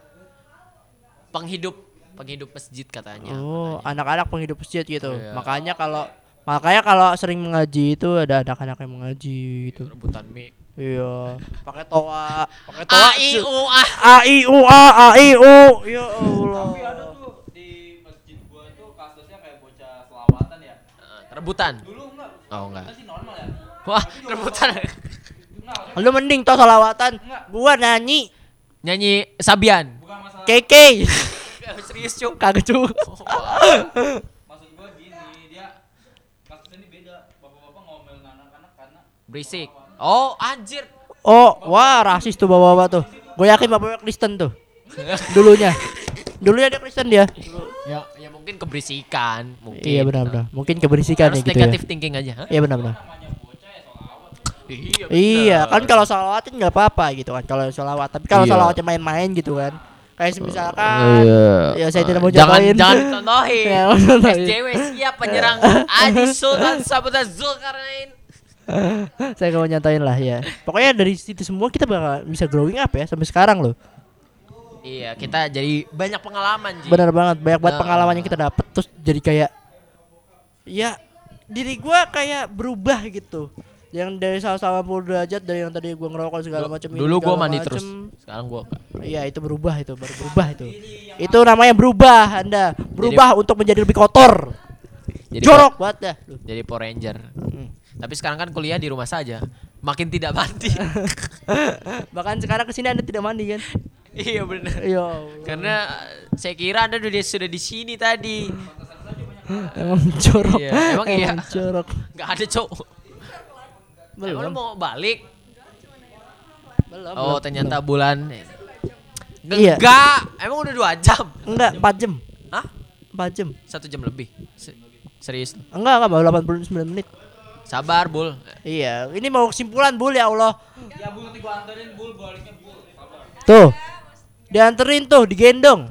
penghidup penghidup masjid katanya. Oh, katanya. anak-anak penghidup masjid gitu. Iya. Makanya kalau makanya kalau sering mengaji itu ada anak-anak yang mengaji gitu. Rebutan mie. Iya. Pakai toa, pakai toa. A I U A. A I U A A I U. Ya Allah. Tapi ada tuh di masjid gua tuh kasusnya kayak bocah selawatan ya. Rebutan. Dulu enggak. Oh enggak. Kita sih normal ya. Wah, rebutan. Enggak, Lu mending toh salawatan. Gua nyanyi Nyanyi Sabian. bukan masalah. Keke. Serius, Cuk. Kagak cu. Maksud gua gini, dia kasusnya ini beda. Bapak-bapak ngomelin anak-anak karena Berisik. Oh, anjir. Oh, wah rasis tuh bapak-bapak tuh. Gue yakin bapak Kristen tuh. Dulunya. Dulunya dia Kristen dia. Ya, ya mungkin keberisikan, mungkin. Iya benar-benar. Mungkin keberisikan Harus ya gitu ya. negatif thinking aja, ha? Iya benar-benar. Iya. Iya, bener. kan kalau salawatin nggak apa-apa gitu kan kalau salawat. Tapi kalau Iya. salawatnya main-main gitu kan. Kayak misalkan Iya. ya saya tidak mau jangan contohin. jangan contohin. Ya, mau contohin. S J W siap penyerang Aji Sultan Sabuta Zulkarnain. Saya nggak mau nyatain lah ya. Pokoknya dari situ semua kita bakal bisa growing up ya sampai sekarang loh. Iya, kita jadi banyak pengalaman, Ji. Benar banget, banyak banget Nah. pengalaman yang kita dapat terus jadi kayak ya diri gua kayak berubah gitu. Yang dari sama-sama puluh derajat dari yang tadi gua ngerokok segala macam ini, Dulu gua segala mandi macem. terus. Sekarang gua Iya, itu berubah itu, baru berubah itu. Itu namanya berubah, Anda. Berubah untuk menjadi lebih kotor. jadi Jorok banget dah. Po- jadi Power Ranger. Hmm. Tapi sekarang kan kuliah di rumah saja. Makin tidak mandi. Bahkan sekarang kesini Anda tidak mandi kan? Iya benar. Iya. Karena eh, saya kira Anda udah sudah di sini tadi. Emang jorok. Iya, emang iya. jorok. Enggak ada, Cok. Emang lu Belum. mau balik? Belum. Oh, belum, ternyata bulan. Iya. Enggak, emang udah dua jam. belum. Enggak, empat jam. Hah? empat jam. Satu jam lebih. Se- Serius. Enggak, enggak baru delapan puluh sembilan menit. Sabar, Bul. Iya, ini mau kesimpulan Bul ya Allah. ya bul nanti gua anterin bul baliknya bul. Sabar. Tuh. Dianterin tuh, digendong.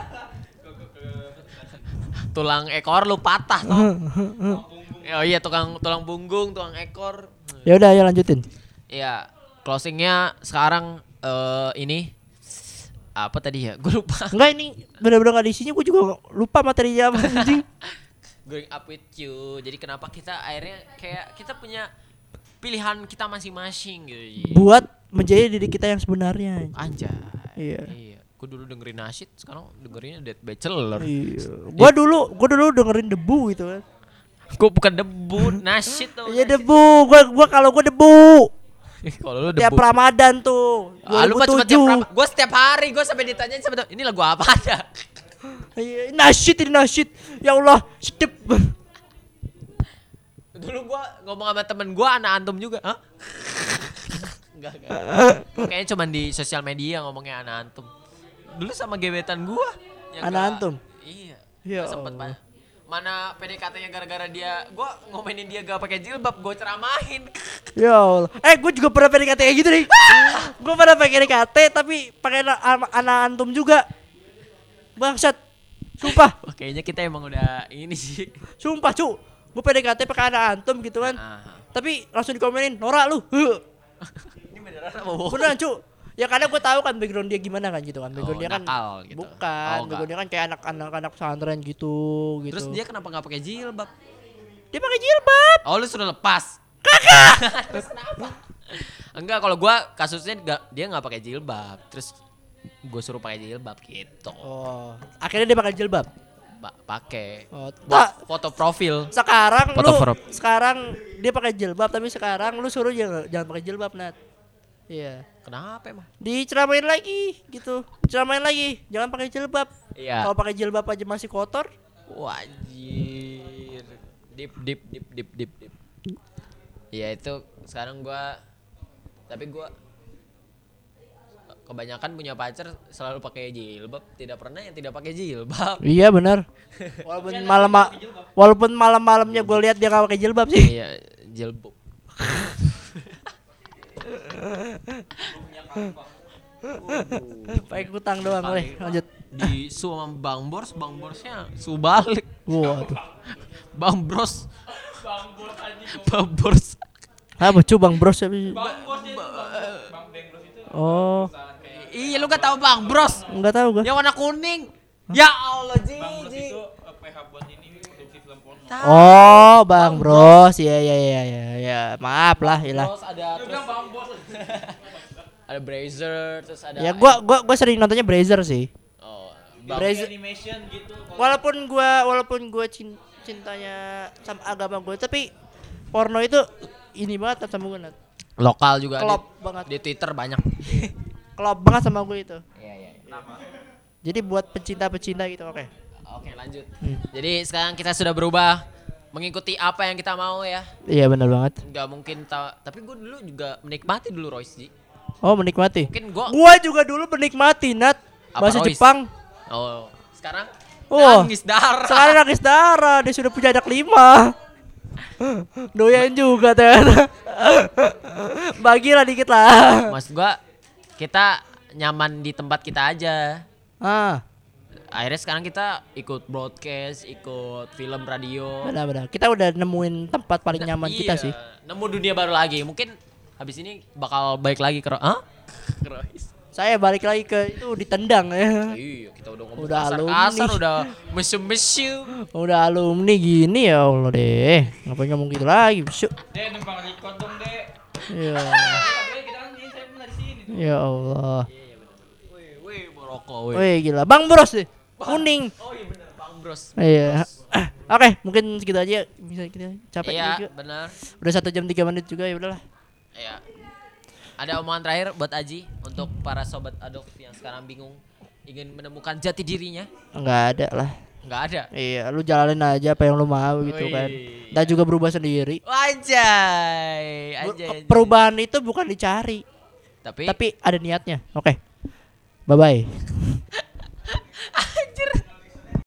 Tulang ekor lu patah toh. Oh iya, tukang tulang punggung, tulang ekor. Ya udah, ayo lanjutin. Iya, closingnya sekarang eh ini apa tadi ya? Gue lupa. Enggak, ini benar-benar enggak di sini, gua juga lupa materinya apa anjing. Going up with you. Jadi kenapa kita akhirnya kayak kita punya pilihan kita masing-masing gitu. Buat menjadi diri kita yang sebenarnya. Anjay. Iya. Iya. Gue dulu dengerin nasyid, sekarang dengerinnya Dead Bachelor. Iya. Gua dulu gua dulu dengerin debu gitu kan. Gue bukan debu, nasyid tuh. Iya debu. Gua gua kalau gua debu. Kalau lu Tiap debu. Ramadan tuh. Ah, lu mah cuma tiap dua ribu tujuh. Gue setiap hari gue sampai ditanyain sama temen, ini lagu apa ada? Iya, nasyid ini nasyid. Ya Allah, sedep. Dulu gue ngomong sama temen gue anak antum juga. Hah? Enggak, enggak. Gua kayaknya cuma di sosial media ngomongnya anak antum. Dulu sama gebetan gue. Anak antum? Iya. Ya Gua sempet Allah. pa- mana P D K T-nya gara-gara dia, gue ngomenin dia gak pakai jilbab, gue ceramahin. Ya Allah. Eh, gue juga pernah P D K T kayak gitu nih. Gue pernah pakai P D K T tapi pakai na- ama- anak antum juga. Bangsat. Sumpah, Wah, kayaknya kita emang udah ini sih. sumpah, cu. Gue P D K T pakai anak antum gitu kan. Ah. Tapi langsung dikomenin, "Norak lu." Ini beneran apa bohong? Beneran, cu. Ya karena gue tahu kan background dia gimana kan gitu kan. Background Oh, dia kan nakal gitu. bukan, Oh, enggak. background dia kan kayak anak-anak anak pesantren gitu gitu. Terus dia kenapa gak pakai jilbab? dia pakai jilbab. Oh, lu sudah lepas? Kakak. Terus kenapa? Enggak, kalau gua kasusnya gak, dia nggak pakai jilbab. Terus gue suruh pakai jilbab gitu. Oh, akhirnya dia pakai jilbab. Ba- pakai. Oh, Buat tak. foto profil. Sekarang Foto lu frop. sekarang dia pakai jilbab tapi sekarang lu suruh jangan jangan pakai jilbab, Nat. Iya. Kenapa emang? Diceramain lagi gitu. Ceramain lagi, jangan pakai jilbab. Iya. Kalau pakai jilbab aja masih kotor. Wajir. Dip dip dip dip dip dip. Ya itu sekarang gua tapi gua kebanyakan punya pacar selalu pakai jilbab, tidak pernah yang tidak pakai jilbab. Iya benar. Walaupun malam walaupun malam-malamnya gue lihat dia gak pakai jilbab sih. Iya, jilbab. Pakai kutang doang, boleh. Lanjut. Di su sama Bang Bors, Bang Borsnya su balik. Waduh. Bang Bros. Bang Bors. Apa cu Bang Bros siapa sih? Bang Bos dia itu Bang Bos. Bang Bengros itu Oh, perusahaan kayak Iya, lu gak tahu Bang Bros? enggak tahu gua. Yang warna kuning. Ya Allah, Ji. Bang Bros Ji. itu eh, P H buat ini produksi film porno. Oh, Bang Bros. Iya iya iya iya ya. Maaf lah, iyalah. Terus ada Dia terus bilang Bang Bos. ada Brazer, terus ada Ya gua gua gua sering nontonnya Brazer sih. Oh, Bang Braz- animation gitu. Kalau Walaupun gua walaupun gua cin- cintanya sama agama gue tapi porno itu ini banget sama gue, Nat. lokal juga Klop di, banget. di Twitter banyak. Klop banget sama gue itu. Iya, iya. Jadi buat pecinta-pecinta gitu, oke. Oke, lanjut. Hmm. Jadi sekarang kita sudah berubah mengikuti apa yang kita mau ya. Iya benar banget. Nggak mungkin ta- tapi gue dulu juga menikmati dulu Royce Ji. Oh, menikmati. Mungkin gua Gua juga dulu menikmati, Nat. Apa, Bahasa Royce? Jepang. Oh, sekarang Oh. nangis darah. Sekarang nangis darah, dia sudah punya anak lima. Doyan juga ternyata. Bagilah dikit lah. Maksud gua kita nyaman di tempat kita aja. Ah, Akhirnya sekarang kita ikut broadcast, ikut film radio. benar-benar. Kita udah nemuin tempat paling nyaman Iya, kita sih. Nemu dunia baru lagi. Mungkin habis ini bakal balik lagi ke Ro- Hah? Ke Royce. Saya balik lagi ke itu ditendang ya. Iya, kita udah ngomong Udah kasar-kasar, alumni. udah mesum-mesum. Udah alumni gini ya Allah deh. Ngapain ngomong gitu lagi? Syuk. Dek numpang record dong, Dek. Ya, Tapi kita kan ini saya pernah di sini tuh. ya Allah. Wih, wih, merokok, wih. Wih gila, Bang Bros deh. Kuning. Oh iya bener, Bang Bros. Iya. Oke, mungkin segitu aja. Bisa kita capek Iya, juga. benar. Udah satu jam tiga menit juga ya udahlah. Iya. Ada omongan terakhir buat Aji untuk para sobat Adolf yang sekarang bingung ingin menemukan jati dirinya? Enggak ada lah. Enggak ada. Iya, lu jalanin aja apa yang lu mau gitu Wih. kan. Ntar juga berubah sendiri. Anjay, Ber- anjay. anjay. Perubahan itu bukan dicari, Tapi, tapi ada niatnya. Oke. Bye bye.